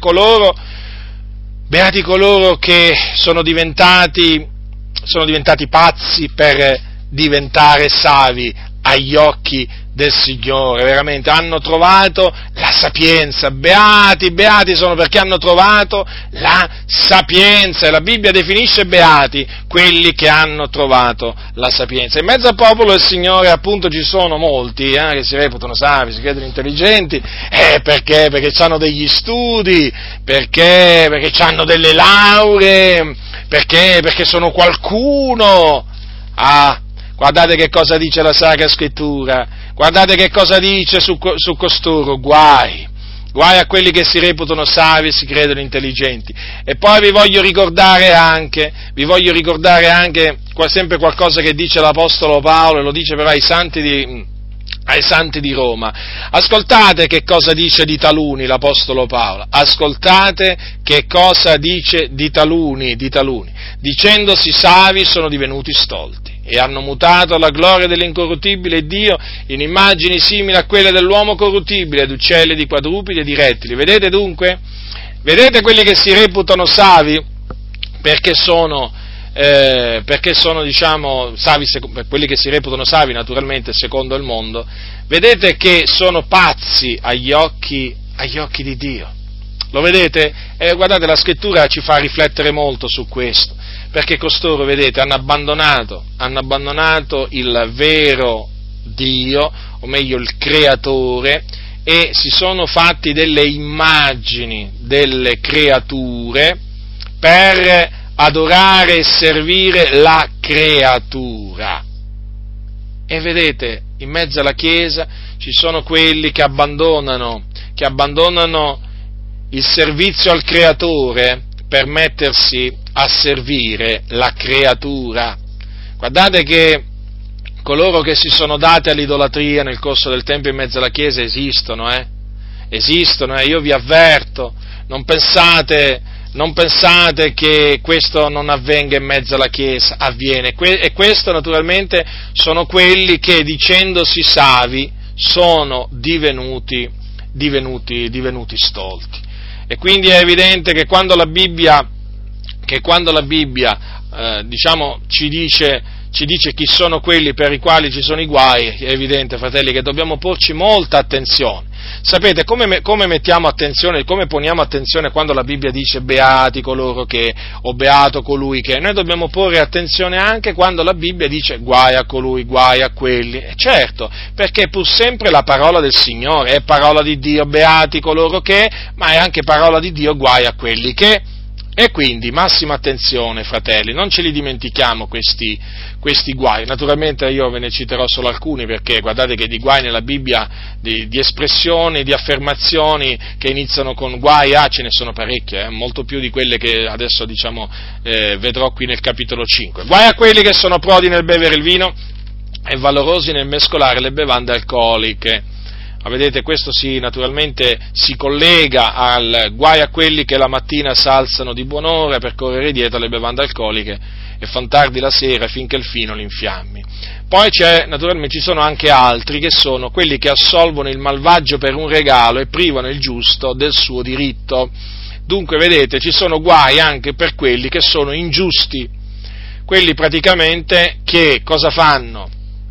[SPEAKER 1] coloro che sono diventati pazzi per diventare savi agli occhi del Signore. Veramente hanno trovato la sapienza. Beati sono perché hanno trovato la sapienza, e la Bibbia definisce beati quelli che hanno trovato la sapienza. In mezzo al popolo del Signore appunto ci sono molti che si reputano savi, si credono intelligenti, perché hanno degli studi, perché hanno delle lauree, perché sono qualcuno. Guardate che cosa dice la Sacra Scrittura, guardate che cosa dice su costoro: guai a quelli che si reputano savi e si credono intelligenti. E poi vi voglio ricordare anche sempre qualcosa che dice l'Apostolo Paolo, e lo dice però ai santi ai santi di Roma. Ascoltate che cosa dice di taluni l'Apostolo Paolo, ascoltate che cosa dice di taluni, dicendosi savi sono divenuti stolti e hanno mutato la gloria dell'incorruttibile Dio in immagini simili a quelle dell'uomo corruttibile, di uccelli, di quadrupedi e di rettili. Vedete dunque? Vedete quelli che si reputano savi? Perché sono diciamo savi, quelli che si reputano savi naturalmente secondo il mondo, vedete che sono pazzi agli occhi di Dio. Lo vedete? Guardate, la scrittura ci fa riflettere molto su questo, perché costoro, vedete, hanno abbandonato il vero Dio, o meglio il Creatore, e si sono fatti delle immagini delle creature per adorare e servire la creatura. E vedete, in mezzo alla Chiesa ci sono quelli che abbandonano il servizio al Creatore per mettersi a servire la creatura. Guardate che coloro che si sono dati all'idolatria nel corso del tempo in mezzo alla Chiesa esistono, io vi avverto, non pensate che questo non avvenga in mezzo alla Chiesa, avviene, e questo naturalmente sono quelli che dicendosi savi sono divenuti stolti. E quindi è evidente che quando la Bibbia ci dice chi sono quelli per i quali ci sono i guai, è evidente, fratelli, che dobbiamo porci molta attenzione. Sapete come mettiamo attenzione, come poniamo attenzione quando la Bibbia dice beati coloro che, o beato colui che? Noi dobbiamo porre attenzione anche quando la Bibbia dice guai a colui, guai a quelli. E certo, perché è pur sempre la parola del Signore, è parola di Dio, beati coloro che, ma è anche parola di Dio, guai a quelli che. E quindi massima attenzione, fratelli, non ce li dimentichiamo questi guai. Naturalmente io ve ne citerò solo alcuni, perché guardate che di guai nella Bibbia, di espressioni, di affermazioni che iniziano con guai ce ne sono parecchie, molto più di quelle che adesso vedrò qui nel capitolo 5. Guai a quelli che sono prodi nel bevere il vino e valorosi nel mescolare le bevande alcoliche. Ma vedete, questo naturalmente si collega al guai a quelli che la mattina s'alzano di buon'ora per correre dietro alle bevande alcoliche e fan tardi la sera finché il fino li infiammi. Poi naturalmente ci sono anche altri che sono quelli che assolvono il malvagio per un regalo e privano il giusto del suo diritto. Dunque, vedete, ci sono guai anche per quelli che sono ingiusti, quelli praticamente che cosa fanno?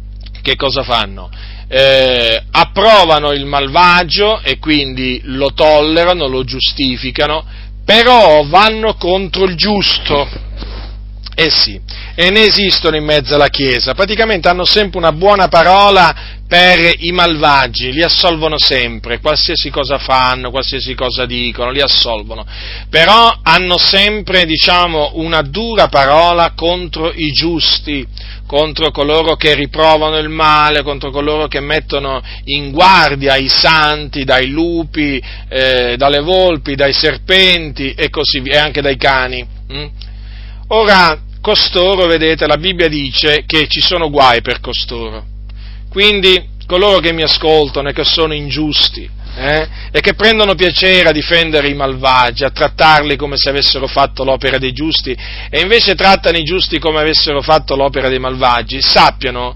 [SPEAKER 1] Approvano il malvagio e quindi lo tollerano, lo giustificano, però vanno contro il giusto. Sì, e ne esistono in mezzo alla Chiesa, praticamente hanno sempre una buona parola per i malvagi, li assolvono sempre, qualsiasi cosa fanno, qualsiasi cosa dicono, li assolvono, però hanno sempre, una dura parola contro i giusti, contro coloro che riprovano il male, contro coloro che mettono in guardia i santi dai lupi, dalle volpi, dai serpenti e così via, e anche dai cani. Ora, costoro, vedete, la Bibbia dice che ci sono guai per costoro. Quindi, coloro che mi ascoltano e che sono ingiusti, e che prendono piacere a difendere i malvagi, a trattarli come se avessero fatto l'opera dei giusti, e invece trattano i giusti come avessero fatto l'opera dei malvagi, sappiate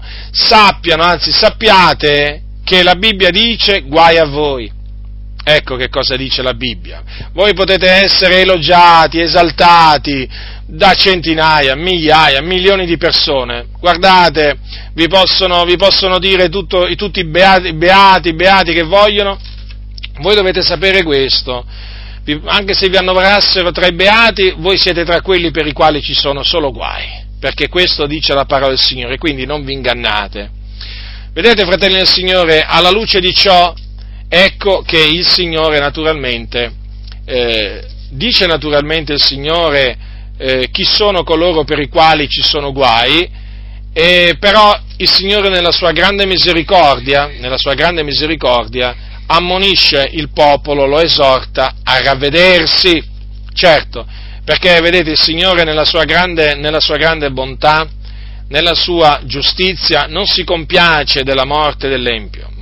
[SPEAKER 1] che la Bibbia dice guai a voi. Ecco che cosa dice la Bibbia. Voi potete essere elogiati, esaltati da centinaia, migliaia, milioni di persone. Guardate, vi possono dire tutti i beati che vogliono. Voi dovete sapere questo. Anche se vi annoverassero tra i beati, voi siete tra quelli per i quali ci sono solo guai. Perché questo dice la parola del Signore, quindi non vi ingannate. Vedete, fratelli del Signore, alla luce di ciò, ecco che il Signore naturalmente, dice naturalmente il Signore chi sono coloro per i quali ci sono guai, però il Signore nella sua grande misericordia, ammonisce il popolo, lo esorta a ravvedersi, certo, perché vedete il Signore nella sua grande bontà, nella sua giustizia, non si compiace della morte dell'empio,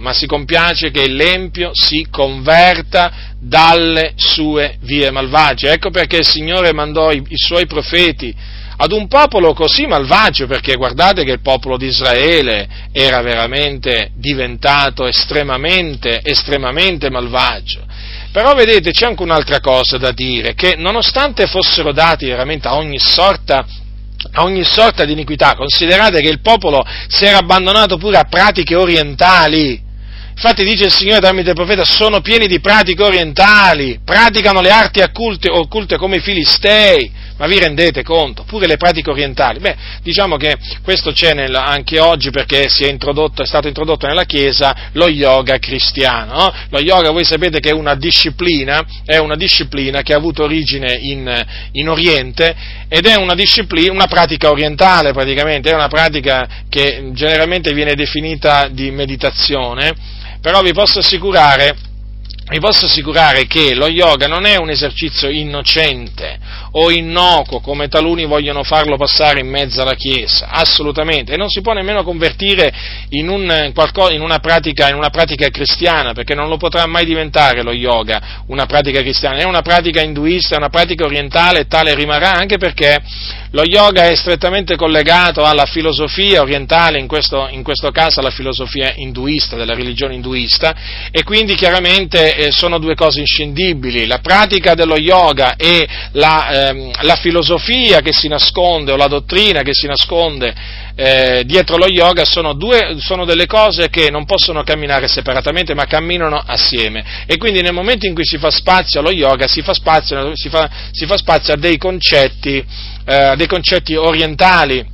[SPEAKER 1] ma si compiace che l'empio si converta dalle sue vie malvagie. Ecco perché il Signore mandò i suoi profeti ad un popolo così malvagio, perché guardate che il popolo di Israele era veramente diventato estremamente malvagio. Però vedete, c'è anche un'altra cosa da dire, che nonostante fossero dati veramente a ogni sorta di iniquità, considerate che il popolo si era abbandonato pure a pratiche orientali. Infatti dice il Signore tramite il profeta, sono pieni di pratiche orientali, praticano le arti occulte come i Filistei. Ma vi rendete conto? Pure le pratiche orientali. Beh, diciamo che questo c'è anche oggi, perché è stato introdotto nella Chiesa lo yoga cristiano. No? Lo yoga, voi sapete che è una disciplina che ha avuto origine in Oriente, ed è una pratica orientale praticamente, è una pratica che generalmente viene definita di meditazione, però vi posso assicurare che lo yoga non è un esercizio innocente o innocuo, come taluni vogliono farlo passare in mezzo alla Chiesa, assolutamente, e non si può nemmeno convertire in una pratica cristiana, perché non lo potrà mai diventare lo yoga una pratica cristiana, è una pratica induista, è una pratica orientale, e tale rimarrà, anche perché lo yoga è strettamente collegato alla filosofia orientale, in questo caso alla filosofia induista, della religione induista, e quindi chiaramente sono due cose inscindibili. La pratica dello yoga e la filosofia che si nasconde, o la dottrina che si nasconde dietro lo yoga sono delle cose che non possono camminare separatamente, ma camminano assieme, e quindi nel momento in cui si fa spazio allo yoga si fa spazio a dei concetti orientali,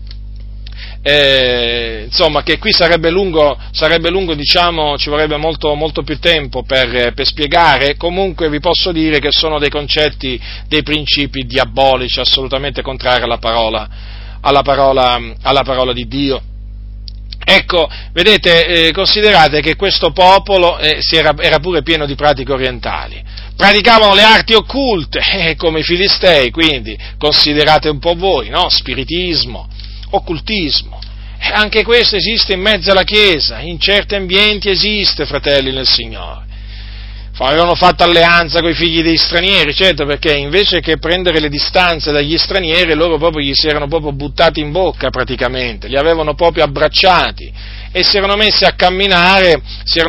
[SPEAKER 1] insomma, che qui sarebbe lungo, diciamo, ci vorrebbe molto, molto più tempo per spiegare. Comunque vi posso dire che sono dei concetti, dei principi diabolici, assolutamente contrari alla parola di Dio. Ecco, vedete, considerate che questo popolo era pure pieno di pratiche orientali, praticavano le arti occulte, come i Filistei, quindi considerate un po' voi, no? Spiritismo, occultismo, anche questo esiste in mezzo alla Chiesa, in certi ambienti esiste, fratelli nel Signore. Avevano fatto alleanza con i figli degli stranieri, certo, perché invece che prendere le distanze dagli stranieri, loro proprio gli si erano proprio buttati in bocca praticamente, li avevano proprio abbracciati e si erano messi a camminare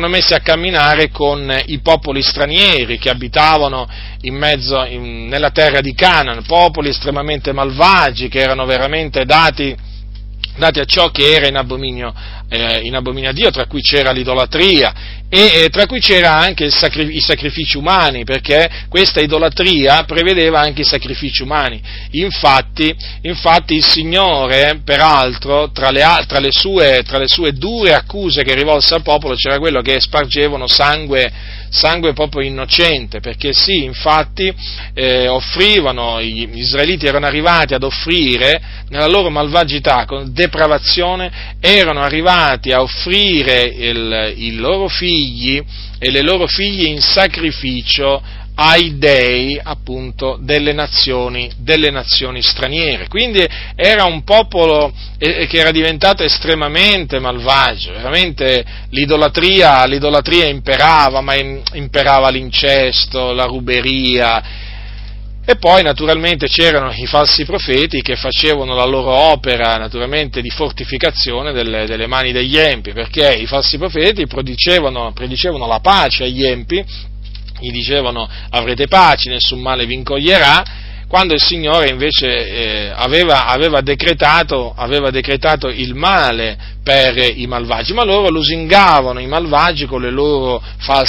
[SPEAKER 1] con i popoli stranieri che abitavano nella terra di Canaan, popoli estremamente malvagi, che erano veramente dati a ciò che era in abominio a Dio, tra cui c'era l'idolatria e tra cui c'era anche i sacrifici umani, perché questa idolatria prevedeva anche i sacrifici umani. Infatti il Signore, peraltro, tra le sue dure accuse che rivolse al popolo, c'era quello che spargevano sangue proprio innocente, perché sì, infatti offrivano, gli israeliti erano arrivati ad offrire, nella loro malvagità, con depravazione, erano arrivati a offrire i loro figli e le loro figlie in sacrificio ai dei, appunto, delle nazioni straniere. Quindi era un popolo che era diventato estremamente malvagio, veramente l'idolatria imperava, ma imperava l'incesto, la ruberia. E poi naturalmente c'erano i falsi profeti che facevano la loro opera naturalmente di fortificazione delle mani degli empi, perché i falsi profeti predicevano la pace agli empi, gli dicevano avrete pace, nessun male vi incoglierà, quando il Signore invece aveva decretato il male per i malvagi, ma loro lusingavano i malvagi con le loro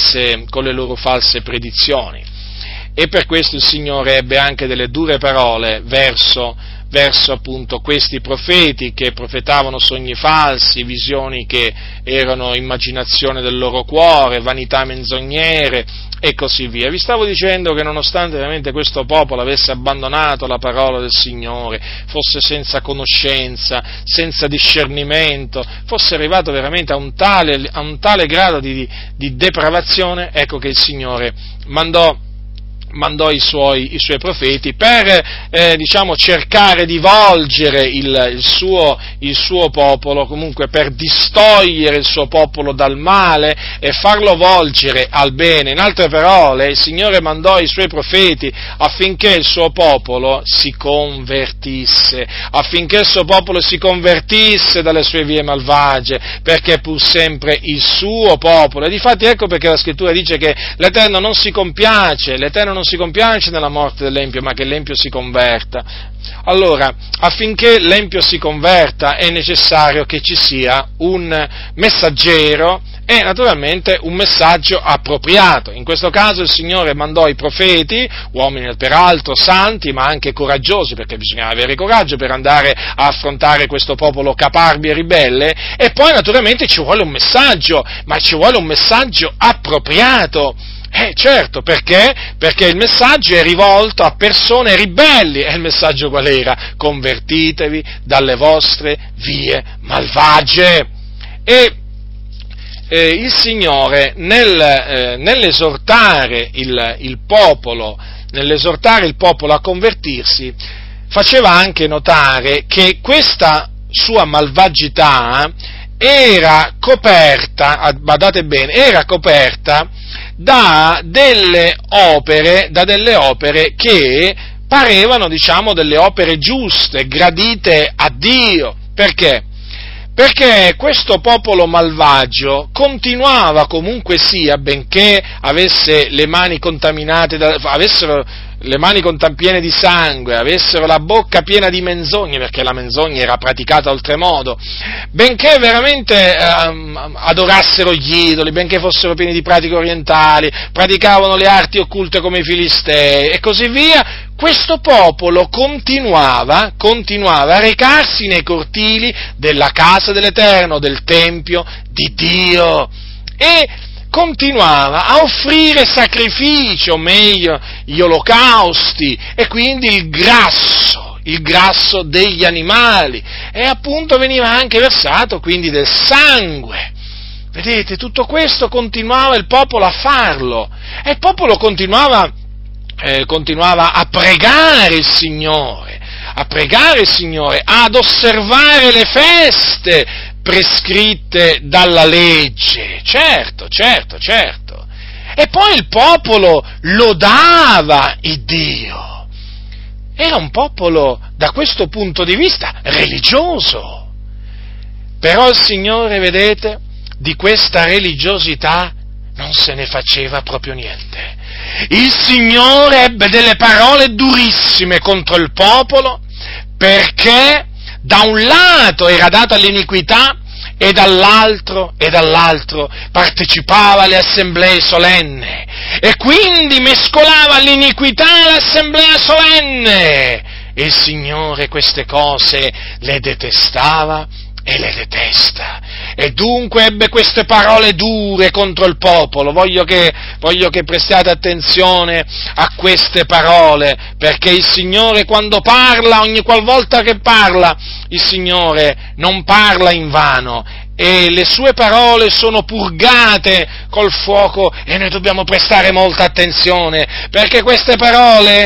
[SPEAKER 1] false predizioni. E per questo il Signore ebbe anche delle dure parole verso appunto questi profeti che profetavano sogni falsi, visioni che erano immaginazione del loro cuore, vanità menzognere e così via. Vi stavo dicendo che nonostante veramente questo popolo avesse abbandonato la parola del Signore, fosse senza conoscenza, senza discernimento, fosse arrivato veramente a un tale grado di depravazione, ecco che il Signore mandò mandò i suoi profeti per, cercare di volgere il suo popolo, comunque per distogliere il suo popolo dal male e farlo volgere al bene. In altre parole, il Signore mandò i suoi profeti affinché il suo popolo si convertisse, dalle sue vie malvagie, perché è pur sempre il suo popolo. E difatti ecco perché la Scrittura dice che l'Eterno non si compiace nella morte dell'empio, ma che l'empio si converta. Allora, affinché l'empio si converta è necessario che ci sia un messaggero e naturalmente un messaggio appropriato. In questo caso il Signore mandò i profeti, uomini peraltro santi, ma anche coraggiosi, perché bisognava avere coraggio per andare a affrontare questo popolo caparbi e ribelle, e poi naturalmente ci vuole un messaggio, ma ci vuole un messaggio appropriato. Certo, perché? Perché il messaggio è rivolto a persone ribelli, e il messaggio qual era? Convertitevi dalle vostre vie malvagie. E il Signore nell'esortare il popolo a convertirsi, faceva anche notare che questa sua malvagità era coperta, badate bene, da delle opere che parevano, delle opere giuste, gradite a Dio. Perché? Perché questo popolo malvagio continuava comunque sia, benché avesse le mani contaminate, avessero le mani piene di sangue, avessero la bocca piena di menzogne, perché la menzogna era praticata oltremodo, benché veramente adorassero gli idoli, benché fossero pieni di pratiche orientali, praticavano le arti occulte come i Filistei e così via, questo popolo continuava a recarsi nei cortili della casa dell'Eterno, del Tempio di Dio, e continuava a offrire sacrifici, o meglio, gli olocausti, e quindi il grasso degli animali, e appunto veniva anche versato quindi del sangue. Vedete, tutto questo continuava il popolo a farlo, e il popolo continuava a pregare il Signore, ad osservare le feste prescritte dalla legge, certo. E poi il popolo lodava il Dio. Era un popolo, da questo punto di vista, religioso. Però il Signore, vedete, di questa religiosità non se ne faceva proprio niente. Il Signore ebbe delle parole durissime contro il popolo, perché da un lato era dato all'iniquità e dall'altro partecipava alle assemblee solenni, e quindi mescolava l'iniquità e l'assemblea solenne. E il Signore queste cose le detestava e le detesta, e dunque ebbe queste parole dure contro il popolo. Voglio che prestiate attenzione a queste parole, perché il Signore quando parla, ogni qualvolta che parla, il Signore non parla in vano, e le sue parole sono purgate col fuoco, e noi dobbiamo prestare molta attenzione, perché queste parole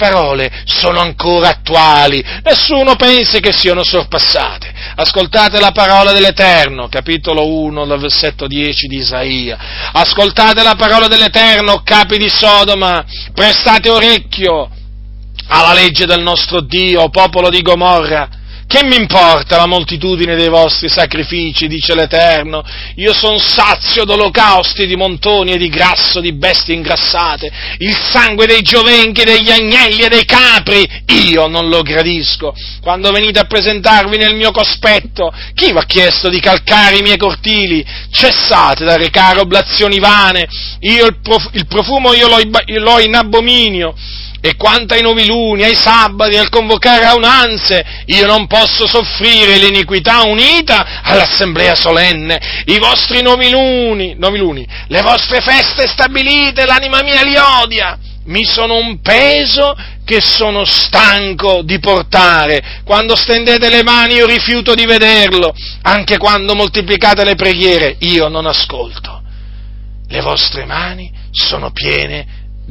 [SPEAKER 1] sono ancora attuali, nessuno pensi che siano sorpassate. Ascoltate la parola dell'Eterno, capitolo 1, dal versetto 10 di Isaia. Ascoltate la parola dell'Eterno, capi di Sodoma, prestate orecchio alla legge del nostro Dio, popolo di Gomorra. Che mi importa la moltitudine dei vostri sacrifici, dice l'Eterno, io son sazio d'olocausti, di montoni e di grasso di bestie ingrassate, il sangue dei giovenchi, degli agnelli e dei capri, io non lo gradisco. Quando venite a presentarvi nel mio cospetto, chi vi ha chiesto di calcare i miei cortili? Cessate da recare oblazioni vane, io il profumo io l'ho in abominio. E quanto ai noviluni, ai sabati, al convocare raunanze, io non posso soffrire l'iniquità unita all'assemblea solenne. I vostri noviluni, le vostre feste stabilite, l'anima mia li odia. Mi sono un peso che sono stanco di portare. Quando stendete le mani io rifiuto di vederlo. Anche quando moltiplicate le preghiere io non ascolto. Le vostre mani sono piene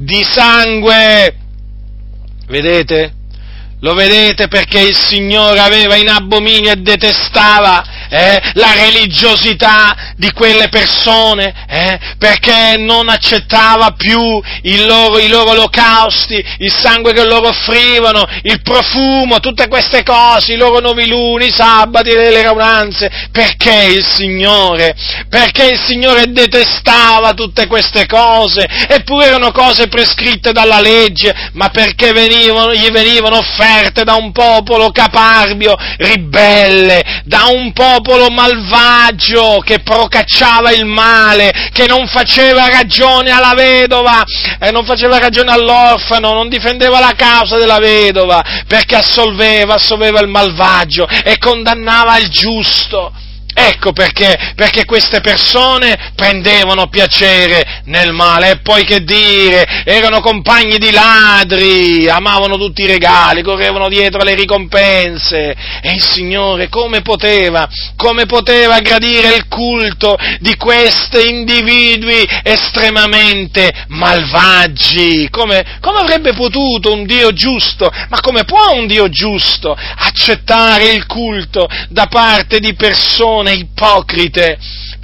[SPEAKER 1] di sangue. Vedete? Lo vedete perché il Signore aveva in abominio e detestava la religiosità di quelle persone, perché non accettava più i loro olocausti, il sangue che loro offrivano, il profumo, tutte queste cose, i loro noviluni, i sabati, le raunanze, perché il Signore detestava tutte queste cose, eppure erano cose prescritte dalla legge, ma perché gli venivano offerte da un popolo caparbio, ribelle, da un popolo malvagio che procacciava il male, che non faceva ragione alla vedova, non faceva ragione all'orfano, non difendeva la causa della vedova, perché assolveva il malvagio e condannava il giusto. Ecco perché queste persone prendevano piacere nel male, e poi che dire, erano compagni di ladri, amavano tutti i regali, correvano dietro alle ricompense, e il Signore come poteva gradire il culto di questi individui estremamente malvagi? Come avrebbe potuto un Dio giusto, ma come può un Dio giusto accettare il culto da parte di persone ipocrite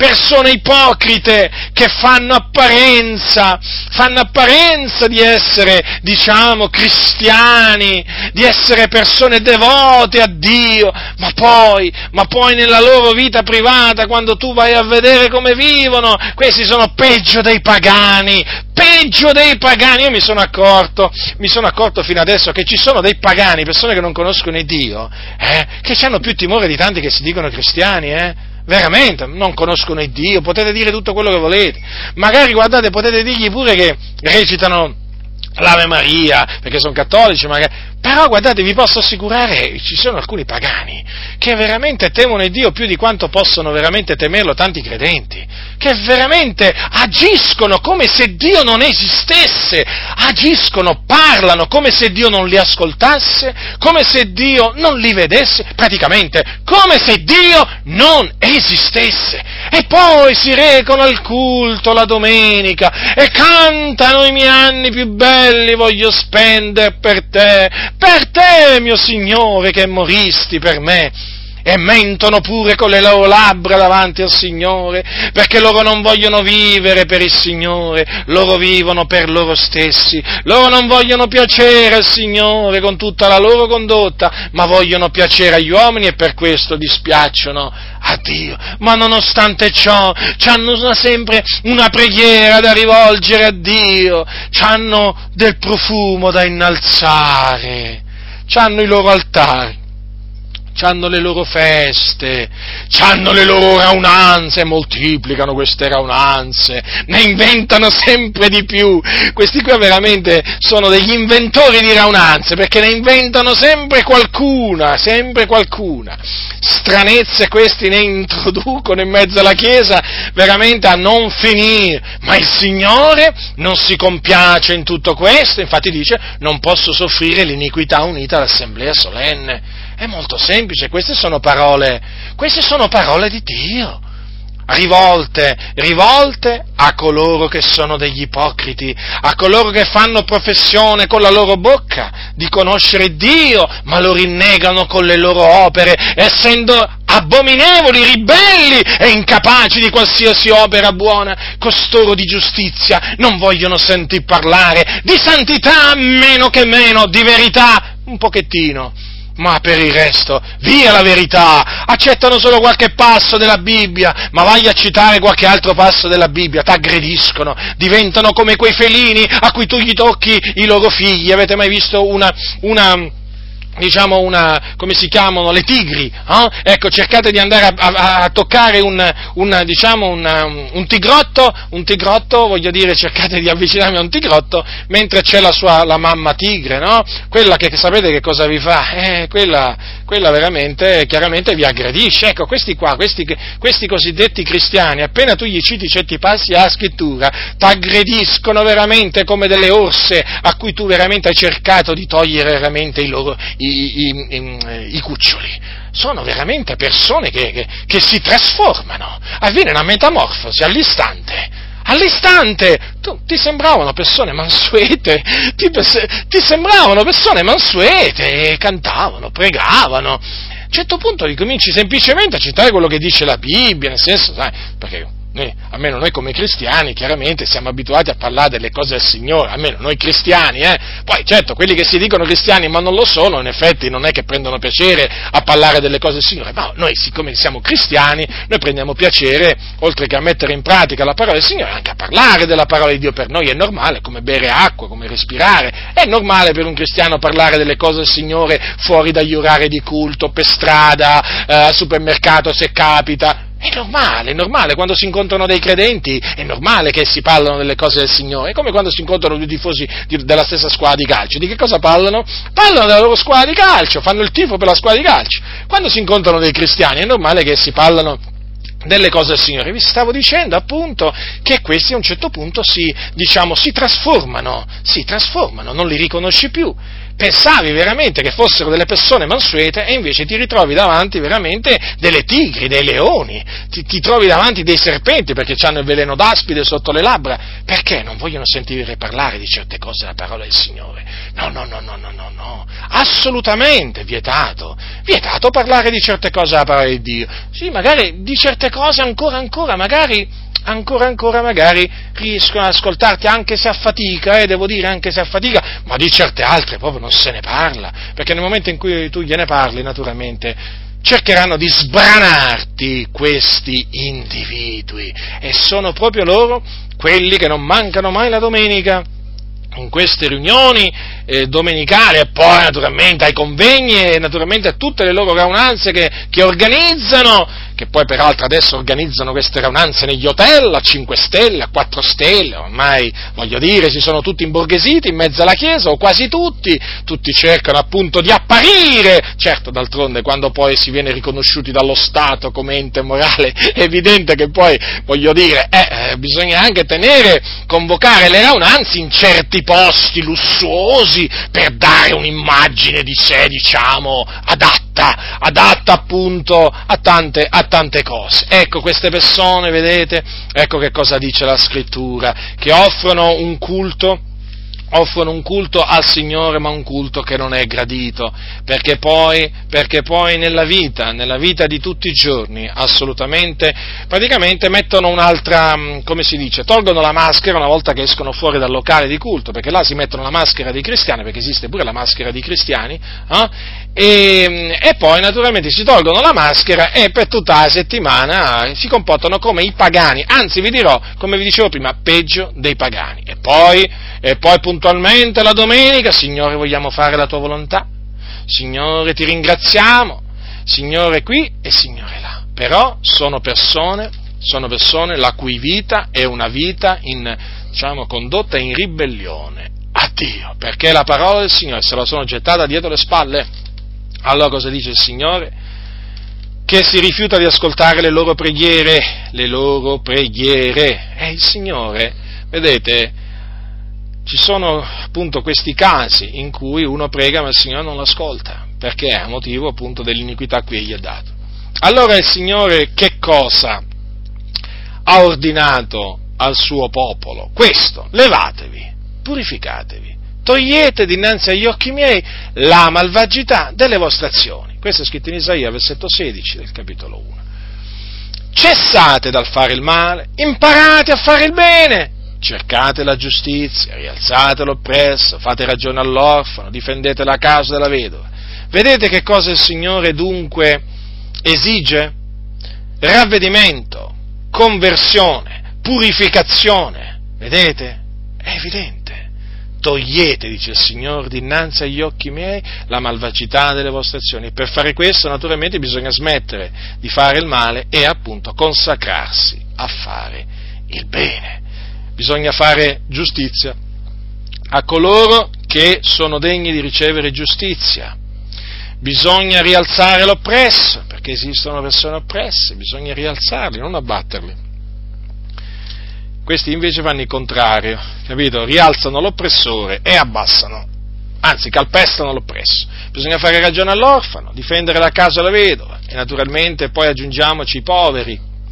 [SPEAKER 1] che fanno apparenza di essere, cristiani, di essere persone devote a Dio, ma poi nella loro vita privata, quando tu vai a vedere come vivono, questi sono peggio dei pagani. Io mi sono accorto fino adesso che ci sono dei pagani, persone che non conoscono il Dio, che hanno più timore di tanti che si dicono cristiani, veramente, non conoscono il Dio, potete dire tutto quello che volete, magari, guardate, potete dirgli pure che recitano l'Ave Maria, perché sono cattolici, però guardate, vi posso assicurare, ci sono alcuni pagani che veramente temono il Dio più di quanto possono veramente temerlo tanti credenti, che veramente agiscono come se Dio non esistesse, parlano come se Dio non li ascoltasse, come se Dio non li vedesse, praticamente come se Dio non esistesse, e poi si recano al culto la domenica e cantano: i miei anni più belli voglio spendere per te, mio Signore, che moristi per me. E mentono pure con le loro labbra davanti al Signore, perché loro non vogliono vivere per il Signore, loro vivono per loro stessi, loro non vogliono piacere al Signore con tutta la loro condotta, ma vogliono piacere agli uomini, e per questo dispiacciono a Dio. Ma nonostante ciò, c'hanno sempre una preghiera da rivolgere a Dio, c'hanno del profumo da innalzare, c'hanno i loro altari, c'hanno le loro feste, c'hanno le loro raunanze, moltiplicano queste raunanze, ne inventano sempre di più. Questi qua veramente sono degli inventori di raunanze, perché ne inventano sempre qualcuna. Stranezze questi ne introducono in mezzo alla Chiesa, veramente a non finire. Ma il Signore non si compiace in tutto questo, infatti dice: non posso soffrire l'iniquità unita all'assemblea solenne. È molto semplice, queste sono parole di Dio, rivolte a coloro che sono degli ipocriti, a coloro che fanno professione con la loro bocca di conoscere Dio, ma lo rinnegano con le loro opere, essendo abominevoli, ribelli e incapaci di qualsiasi opera buona. Costoro di giustizia non vogliono sentir parlare, di santità meno che meno, di verità un pochettino. Ma per il resto, via la verità, accettano solo qualche passo della Bibbia, ma vai a citare qualche altro passo della Bibbia, t'aggrediscono, diventano come quei felini a cui tu gli tocchi i loro figli. Avete mai visto come si chiamano, le tigri, Ecco, cercate di andare a toccare un tigrotto, voglio dire, cercate di avvicinarvi a un tigrotto mentre c'è la mamma tigre, no? Quella che sapete che cosa vi fa? Quella veramente, chiaramente vi aggredisce. Ecco, questi cosiddetti cristiani, appena tu gli citi certi passi alla scrittura, t'aggrediscono veramente come delle orse a cui tu veramente hai cercato di togliere veramente i cuccioli. Sono veramente persone che si trasformano, avviene una metamorfosi all'istante, all'istante ti sembravano persone mansuete, ti sembravano persone mansuete, e cantavano, pregavano. A un certo punto ricominci semplicemente a citare quello che dice la Bibbia, nel senso, sai, perché almeno noi come cristiani chiaramente siamo abituati a parlare delle cose del Signore, almeno noi cristiani, poi certo quelli che si dicono cristiani ma non lo sono, in effetti non è che prendono piacere a parlare delle cose del Signore, ma noi siccome siamo cristiani, noi prendiamo piacere, oltre che a mettere in pratica la parola del Signore, anche a parlare della parola di Dio. Per noi è normale, come bere acqua, come respirare, è normale per un cristiano parlare delle cose del Signore fuori dagli orari di culto, per strada, al supermercato se capita. È normale, quando si incontrano dei credenti è normale che si parlano delle cose del Signore, è come quando si incontrano due tifosi della stessa squadra di calcio. Di che cosa parlano? Parlano della loro squadra di calcio, fanno il tifo per la squadra di calcio. Quando si incontrano dei cristiani è normale che si parlano delle cose del Signore. Vi stavo dicendo appunto che questi a un certo punto si trasformano, non li riconosci più. Pensavi veramente che fossero delle persone mansuete e invece ti ritrovi davanti veramente delle tigri, dei leoni, ti trovi davanti dei serpenti perché hanno il veleno d'aspide sotto le labbra, perché non vogliono sentire parlare di certe cose della parola del Signore. No, assolutamente vietato parlare di certe cose della parola di Dio. Sì, magari di certe cose ancora, magari riescono ad ascoltarti anche se a fatica, devo dire anche se a fatica, ma di certe altre proprio non se ne parla, perché nel momento in cui tu gliene parli, naturalmente, cercheranno di sbranarti questi individui, e sono proprio loro quelli che non mancano mai la domenica in queste riunioni domenicali, e poi naturalmente ai convegni e naturalmente a tutte le loro raunanze che organizzano, che poi peraltro adesso organizzano queste raunanze negli hotel a 5 stelle, a 4 stelle, ormai voglio dire si sono tutti imborghesiti in mezzo alla chiesa, o quasi tutti cercano appunto di apparire, certo d'altronde quando poi si viene riconosciuti dallo Stato come ente morale è evidente che poi voglio dire bisogna anche convocare le raunanze in certi posti lussuosi per dare un'immagine di sé, diciamo, adatta appunto a tante cose. Ecco, queste persone, vedete, ecco che cosa dice la Scrittura, che offrono un culto al Signore, ma un culto che non è gradito, perché poi nella vita di tutti i giorni, assolutamente, praticamente mettono un'altra, come si dice, tolgono la maschera una volta che escono fuori dal locale di culto, perché là si mettono la maschera di cristiani, perché esiste pure la maschera di cristiani, e poi naturalmente si tolgono la maschera e per tutta la settimana si comportano come i pagani, anzi vi dirò, come vi dicevo prima, peggio dei pagani. E poi puntualmente la domenica, Signore, vogliamo fare la tua volontà, Signore, ti ringraziamo, Signore qui e Signore là. Però sono persone la cui vita è una vita condotta in ribellione a Dio, perché la parola del Signore se la sono gettata dietro le spalle. Allora cosa dice il Signore? Che si rifiuta di ascoltare le loro preghiere. Il Signore, vedete, ci sono appunto questi casi in cui uno prega ma il Signore non l'ascolta, perché è a motivo appunto dell'iniquità a cui egli è dato. Allora il Signore che cosa ha ordinato al suo popolo? Questo: levatevi, purificatevi, togliete dinanzi agli occhi miei la malvagità delle vostre azioni. Questo è scritto in Isaia, versetto 16 del capitolo 1. Cessate dal fare il male, imparate a fare il bene, cercate la giustizia, rialzate l'oppresso, fate ragione all'orfano, difendete la causa della vedova. Vedete che cosa il Signore dunque esige? Ravvedimento, conversione, purificazione. Vedete? È evidente. Togliete, dice il Signore, dinanzi agli occhi miei la malvagità delle vostre azioni. E per fare questo, naturalmente, bisogna smettere di fare il male e appunto consacrarsi a fare il bene. Bisogna fare giustizia a coloro che sono degni di ricevere giustizia. Bisogna rialzare l'oppresso, perché esistono persone oppresse, bisogna rialzarli, non abbatterli. Questi invece fanno il contrario, capito? Rialzano l'oppressore e abbassano, anzi calpestano l'oppresso. Bisogna fare ragione all'orfano, difendere la casa della vedova e naturalmente poi aggiungiamoci i poveri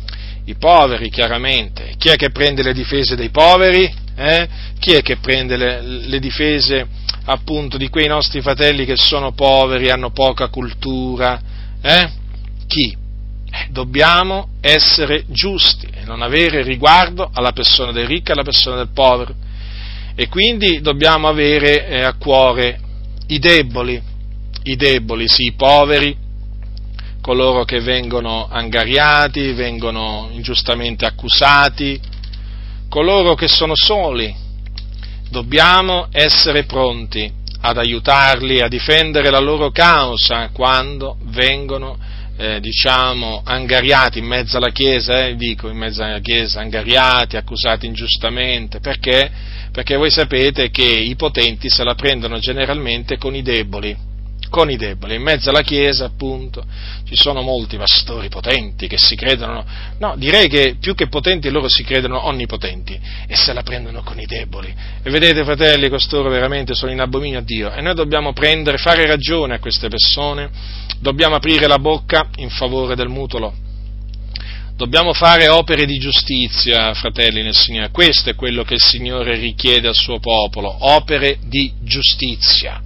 [SPEAKER 1] I poveri, chiaramente. Chi è che prende le difese dei poveri? Chi è che prende le difese, appunto, di quei nostri fratelli che sono poveri, hanno poca cultura? Chi? Dobbiamo essere giusti e non avere riguardo alla persona del ricco e alla persona del povero. E quindi dobbiamo avere a cuore i deboli, sì, i poveri, coloro che vengono angariati, vengono ingiustamente accusati, coloro che sono soli. Dobbiamo essere pronti ad aiutarli, a difendere la loro causa quando vengono, angariati in mezzo alla Chiesa, in mezzo alla Chiesa, angariati, accusati ingiustamente. Perché? Perché voi sapete che i potenti se la prendono generalmente con i deboli, in mezzo alla Chiesa, appunto, ci sono molti pastori potenti che si credono, no, direi che più che potenti loro si credono onnipotenti e se la prendono con i deboli. E vedete, fratelli, costoro veramente sono in abominio a Dio e noi dobbiamo fare ragione a queste persone, dobbiamo aprire la bocca in favore del mutolo. Dobbiamo fare opere di giustizia, fratelli nel Signore. Questo è quello che il Signore richiede al suo popolo, opere di giustizia.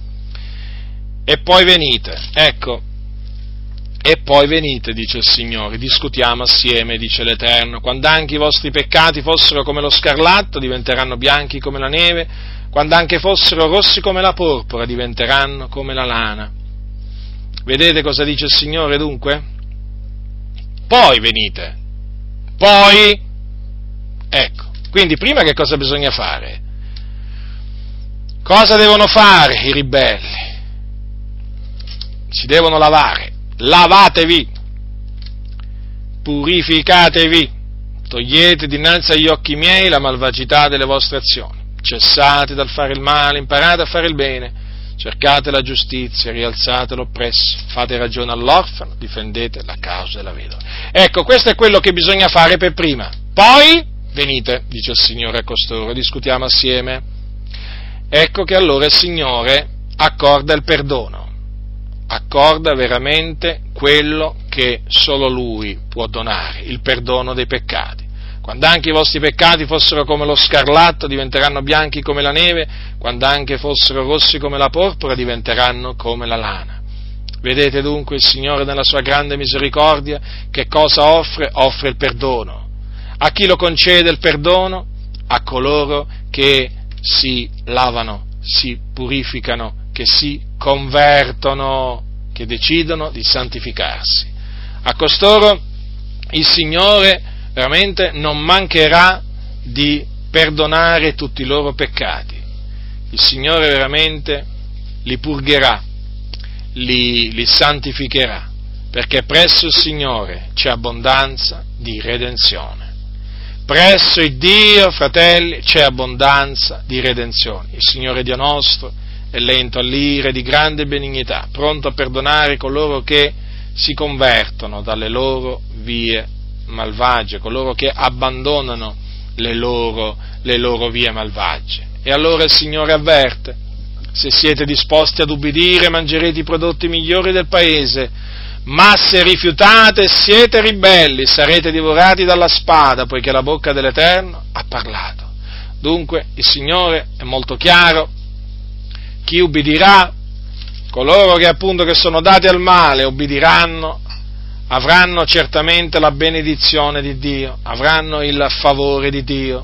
[SPEAKER 1] E poi venite, dice il Signore, discutiamo assieme, dice l'Eterno, quando anche i vostri peccati fossero come lo scarlatto, diventeranno bianchi come la neve, quando anche fossero rossi come la porpora, diventeranno come la lana. Vedete cosa dice il Signore dunque? Poi venite, quindi prima che cosa bisogna fare? Cosa devono fare i ribelli? Si devono lavare, lavatevi, purificatevi, togliete dinanzi agli occhi miei la malvagità delle vostre azioni, cessate dal fare il male, imparate a fare il bene, cercate la giustizia, rialzate l'oppresso, fate ragione all'orfano, difendete la causa della vedova. Questo è quello che bisogna fare per prima, poi venite, dice il Signore a costoro, discutiamo assieme. Ecco che allora il Signore accorda il perdono. Accorda veramente quello che solo Lui può donare, il perdono dei peccati. Quando anche i vostri peccati fossero come lo scarlatto, diventeranno bianchi come la neve, quando anche fossero rossi come la porpora, diventeranno come la lana. Vedete dunque il Signore nella sua grande misericordia che cosa offre? Offre il perdono. A chi lo concede il perdono? A coloro che si lavano, si purificano, che si convertono, che decidono di santificarsi. A costoro il Signore veramente non mancherà di perdonare tutti i loro peccati. Il Signore veramente li purgherà, li santificherà, perché presso il Signore c'è abbondanza di redenzione. Presso il Dio, fratelli, c'è abbondanza di redenzione. Il Signore Dio nostro è lento all'ira, di grande benignità, pronto a perdonare coloro che si convertono dalle loro vie malvagie, coloro che abbandonano le loro vie malvagie. E allora il Signore avverte: se siete disposti ad ubbidire, mangerete i prodotti migliori del paese, ma se rifiutate e siete ribelli, sarete divorati dalla spada, poiché la bocca dell'Eterno ha parlato. Dunque il Signore è molto chiaro: chi ubbidirà, coloro che appunto che sono dati al male ubbidiranno, avranno certamente la benedizione di Dio, avranno il favore di Dio,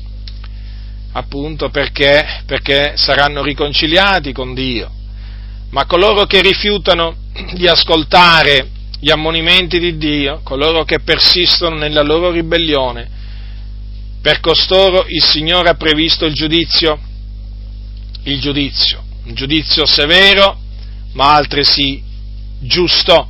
[SPEAKER 1] appunto perché saranno riconciliati con Dio. Ma coloro che rifiutano di ascoltare gli ammonimenti di Dio, coloro che persistono nella loro ribellione, per costoro il Signore ha previsto il giudizio, un giudizio severo, ma altresì giusto.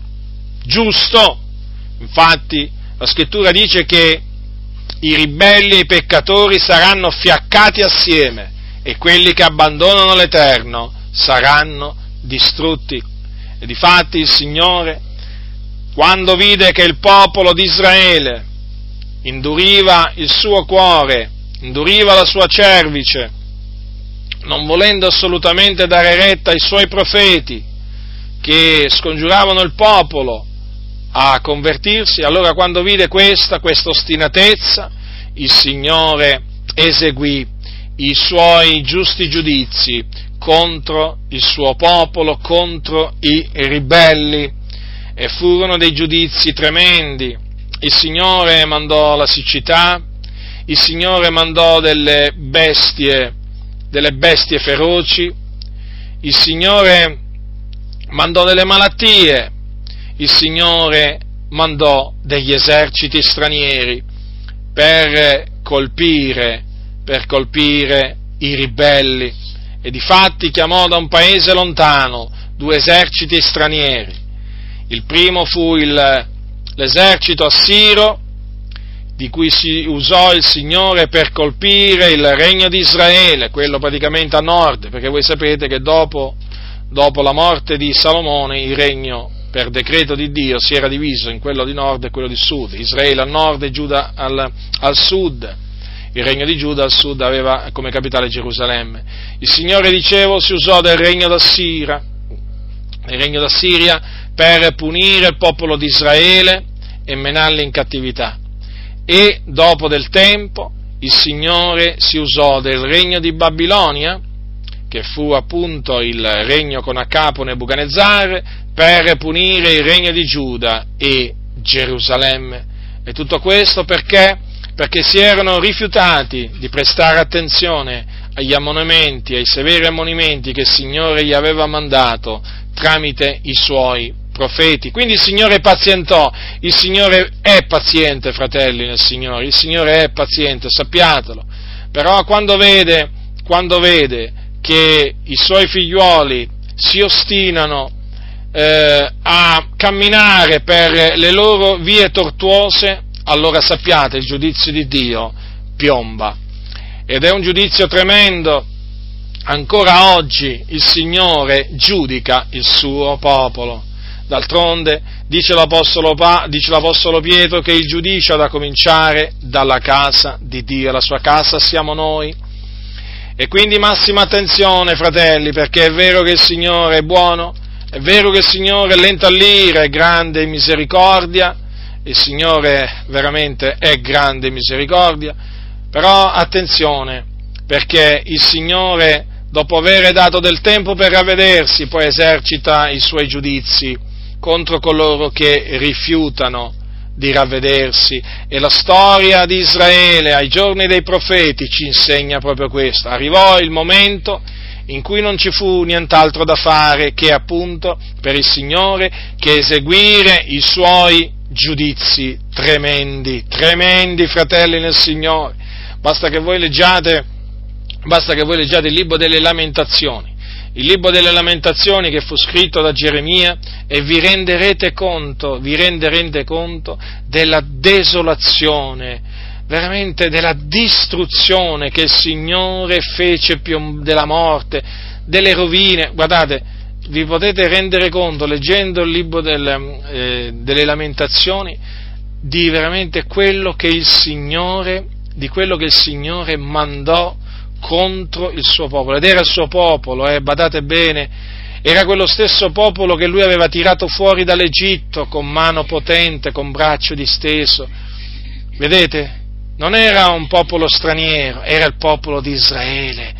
[SPEAKER 1] Infatti la Scrittura dice che i ribelli e i peccatori saranno fiaccati assieme e quelli che abbandonano l'Eterno saranno distrutti. E difatti il Signore, quando vide che il popolo di Israele induriva il suo cuore, induriva la sua cervice, non volendo assolutamente dare retta ai suoi profeti che scongiuravano il popolo a convertirsi. Allora quando vide questa ostinatezza, il Signore eseguì i suoi giusti giudizi contro il suo popolo, contro i ribelli, e furono dei giudizi tremendi. Il Signore mandò la siccità, il Signore mandò delle bestie feroci, il Signore mandò delle malattie, il Signore mandò degli eserciti stranieri per colpire i ribelli, e difatti chiamò da un paese lontano 2 eserciti stranieri. Il primo fu l'esercito assiro, di cui si usò il Signore per colpire il regno di Israele, quello praticamente a nord, perché voi sapete che dopo la morte di Salomone il regno, per decreto di Dio, si era diviso in quello di nord e quello di sud, Israele al nord e Giuda al sud. Il regno di Giuda al sud aveva come capitale Gerusalemme. Il Signore, dicevo, si usò del regno d'Assiria per punire il popolo di Israele e menarli in cattività. E dopo del tempo il Signore si usò del regno di Babilonia, che fu appunto il regno con a capo Nebuchadnezzar, per punire il regno di Giuda e Gerusalemme. E tutto questo perché? Perché si erano rifiutati di prestare attenzione agli ammonimenti, ai severi ammonimenti che il Signore gli aveva mandato tramite i suoi profeti. Quindi il Signore pazientò, il Signore è paziente, fratelli nel Signore, il Signore è paziente, sappiatelo. Però quando vede che i suoi figliuoli si ostinano a camminare per le loro vie tortuose, allora sappiate, il giudizio di Dio piomba. Ed è un giudizio tremendo. Ancora oggi il Signore giudica il suo popolo. D'altronde dice l'Apostolo Pietro che il giudizio ha da cominciare dalla casa di Dio, la sua casa siamo noi. E quindi massima attenzione, fratelli, perché è vero che il Signore è buono, è vero che il Signore è lento all'ira, è grande in misericordia, il Signore veramente è grande in misericordia, però attenzione, perché il Signore, dopo aver dato del tempo per ravvedersi, poi esercita i suoi giudizi contro coloro che rifiutano di ravvedersi, e la storia di Israele ai giorni dei profeti ci insegna proprio questo. Arrivò il momento in cui non ci fu nient'altro da fare che appunto per il Signore che eseguire i suoi giudizi tremendi, fratelli nel Signore. Basta che voi leggiate il libro delle Lamentazioni, il libro delle Lamentazioni che fu scritto da Geremia, e vi renderete conto della desolazione, veramente della distruzione che il Signore fece, della morte, delle rovine. Guardate, vi potete rendere conto, leggendo il libro delle Lamentazioni, di veramente quello che il Signore mandò contro il suo popolo. Ed era il suo popolo, badate bene, era quello stesso popolo che lui aveva tirato fuori dall'Egitto con mano potente, con braccio disteso. Vedete? Non era un popolo straniero, era il popolo di Israele,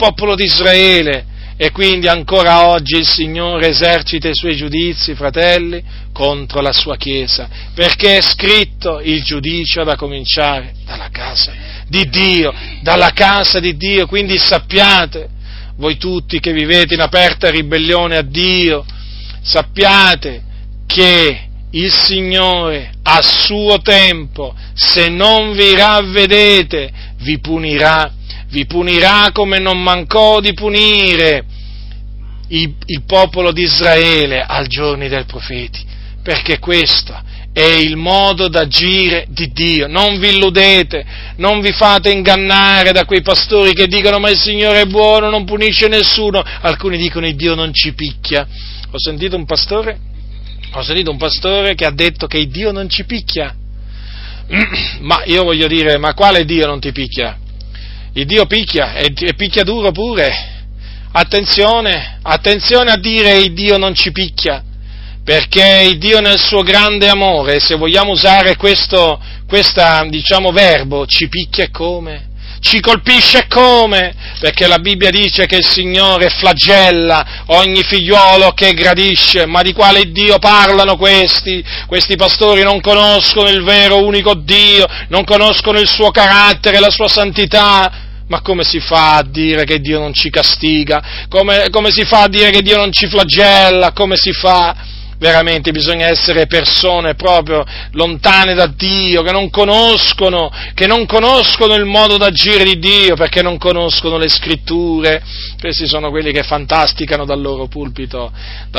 [SPEAKER 1] e quindi ancora oggi il Signore esercita i suoi giudizi, fratelli, contro la sua Chiesa, perché è scritto: il giudizio ha da cominciare dalla casa di Dio, quindi sappiate, voi tutti che vivete in aperta ribellione a Dio, sappiate che il Signore a suo tempo, se non vi ravvedete, vi punirà come non mancò di punire il popolo di Israele ai giorni dei profeti, perché questo è il modo d'agire di Dio. Non vi illudete, non vi fate ingannare da quei pastori che dicono: ma il Signore è buono, non punisce nessuno. Alcuni dicono: il Dio non ci picchia. Ho sentito un pastore che ha detto che il Dio non ci picchia. Ma io voglio dire, ma quale Dio non ti picchia? Il Dio picchia, e picchia duro pure. Attenzione a dire il Dio non ci picchia, perché Dio nel suo grande amore, se vogliamo usare questo verbo, ci picchia e come? Ci colpisce come? Perché la Bibbia dice che il Signore flagella ogni figliuolo che gradisce. Ma di quale Dio parlano questi? Questi pastori non conoscono il vero unico Dio, non conoscono il suo carattere, la sua santità. Ma come si fa a dire che Dio non ci castiga? Come si fa a dire che Dio non ci flagella? Come si fa? Veramente bisogna essere persone proprio lontane da Dio, che non conoscono il modo d'agire di Dio, perché non conoscono le Scritture. Questi sono quelli che fantasticano dal loro pulpito,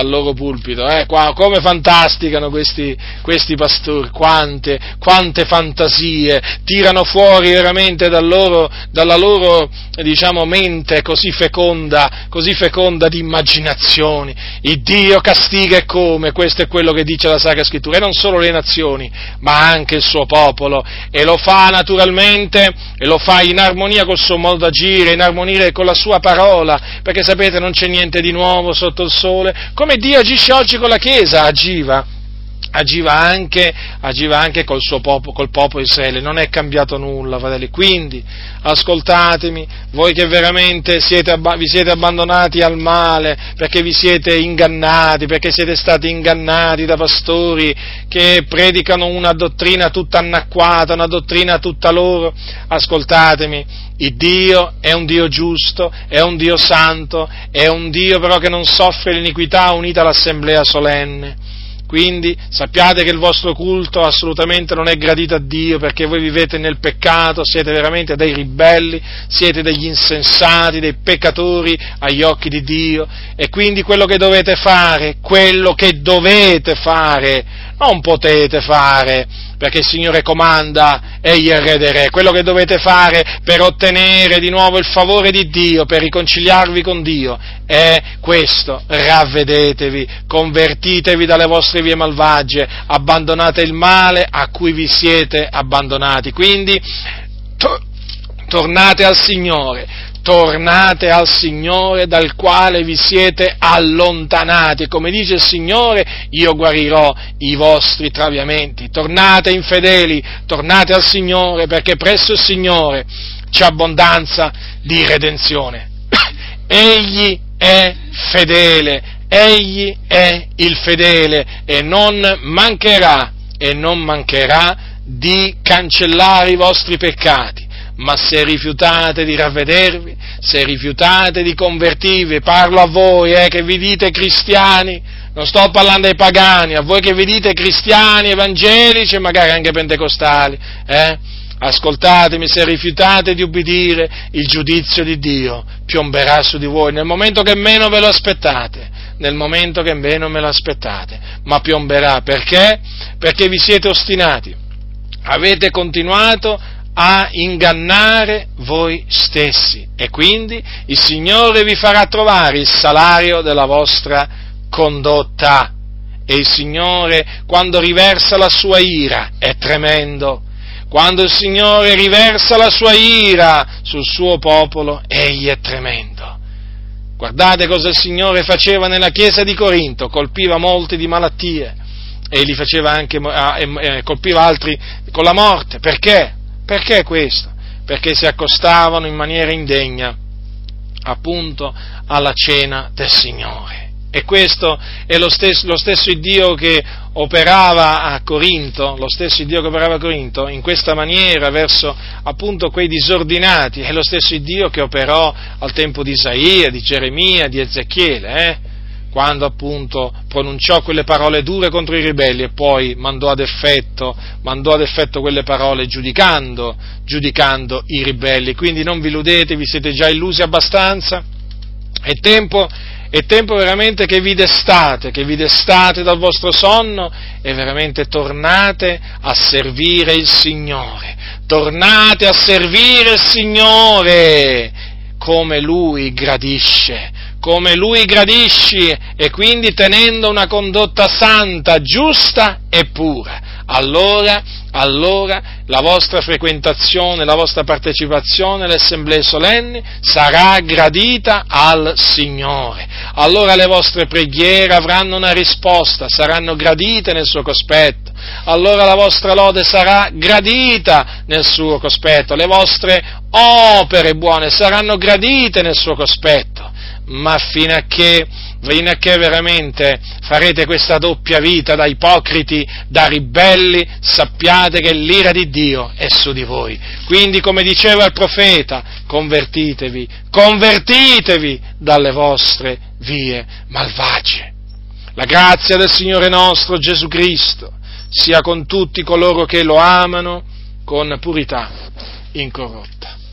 [SPEAKER 1] come fantasticano questi pastori, quante fantasie tirano fuori veramente dalla loro mente così feconda di immaginazioni. Il Dio castiga e come? Questo è quello che dice la Sacra Scrittura, e non solo le nazioni, ma anche il suo popolo, e lo fa naturalmente, e lo fa in armonia col suo modo d'agire, in armonia con la sua parola, perché sapete non c'è niente di nuovo sotto il sole, come Dio agisce oggi con la Chiesa, agiva anche col popolo Israele, non è cambiato nulla, fratelli. Quindi ascoltatemi, voi che veramente vi siete abbandonati al male, perché vi siete ingannati, perché siete stati ingannati da pastori che predicano una dottrina tutta annacquata, una dottrina tutta loro. Ascoltatemi, il Dio è un Dio giusto, è un Dio santo, è un Dio però che non soffre l'iniquità unita all'assemblea solenne. Quindi sappiate che il vostro culto assolutamente non è gradito a Dio, perché voi vivete nel peccato, siete veramente dei ribelli, siete degli insensati, dei peccatori agli occhi di Dio, e quindi quello che dovete fare, non potete fare, perché il Signore comanda, egli è il Re dei Re. Quello che dovete fare per ottenere di nuovo il favore di Dio, per riconciliarvi con Dio, è questo: ravvedetevi, convertitevi dalle vostre vie malvagie, abbandonate il male a cui vi siete abbandonati. Quindi tornate al Signore dal quale vi siete allontanati. Come dice il Signore, io guarirò i vostri traviamenti. Tornate infedeli, tornate al Signore, perché presso il Signore c'è abbondanza di redenzione. Egli è fedele, egli è il fedele, e non mancherà di cancellare i vostri peccati. Ma se rifiutate di ravvedervi, se rifiutate di convertirvi, parlo a voi che vi dite cristiani, non sto parlando ai pagani, a voi che vi dite cristiani, evangelici e magari anche pentecostali, ascoltatemi, se rifiutate di ubbidire, il giudizio di Dio piomberà su di voi nel momento che meno ve lo aspettate, ma piomberà. Perché? Perché vi siete ostinati, avete continuato a ingannare voi stessi, e quindi il Signore vi farà trovare il salario della vostra condotta. E il Signore, quando riversa la sua ira, è tremendo. Quando il Signore riversa la sua ira sul suo popolo, egli è tremendo. Guardate cosa il Signore faceva nella chiesa di Corinto: colpiva molti di malattie, e li faceva anche colpiva altri con la morte. Perché? Perché questo? Perché si accostavano in maniera indegna, appunto, alla cena del Signore. E questo è lo stesso Dio che operava a Corinto, in questa maniera verso appunto quei disordinati. È lo stesso Dio che operò al tempo di Isaia, di Geremia, di Ezechiele, quando appunto pronunciò quelle parole dure contro i ribelli, e poi mandò ad effetto quelle parole giudicando i ribelli. Quindi non vi illudete, vi siete già illusi abbastanza. È tempo veramente che vi destate dal vostro sonno, e veramente tornate a servire il Signore, come Lui gradisce, e quindi tenendo una condotta santa, giusta e pura. Allora allora la vostra frequentazione, la vostra partecipazione alle assemblee solenni sarà gradita al Signore. Allora le vostre preghiere avranno una risposta, saranno gradite nel suo cospetto. Allora la vostra lode sarà gradita nel suo cospetto, le vostre opere buone saranno gradite nel suo cospetto, ma fino a che veramente farete questa doppia vita da ipocriti, da ribelli, sappiate che l'ira di Dio è su di voi. Quindi, come diceva il profeta, convertitevi dalle vostre vie malvagie. La grazia del Signore nostro Gesù Cristo sia con tutti coloro che lo amano con purità incorrotta.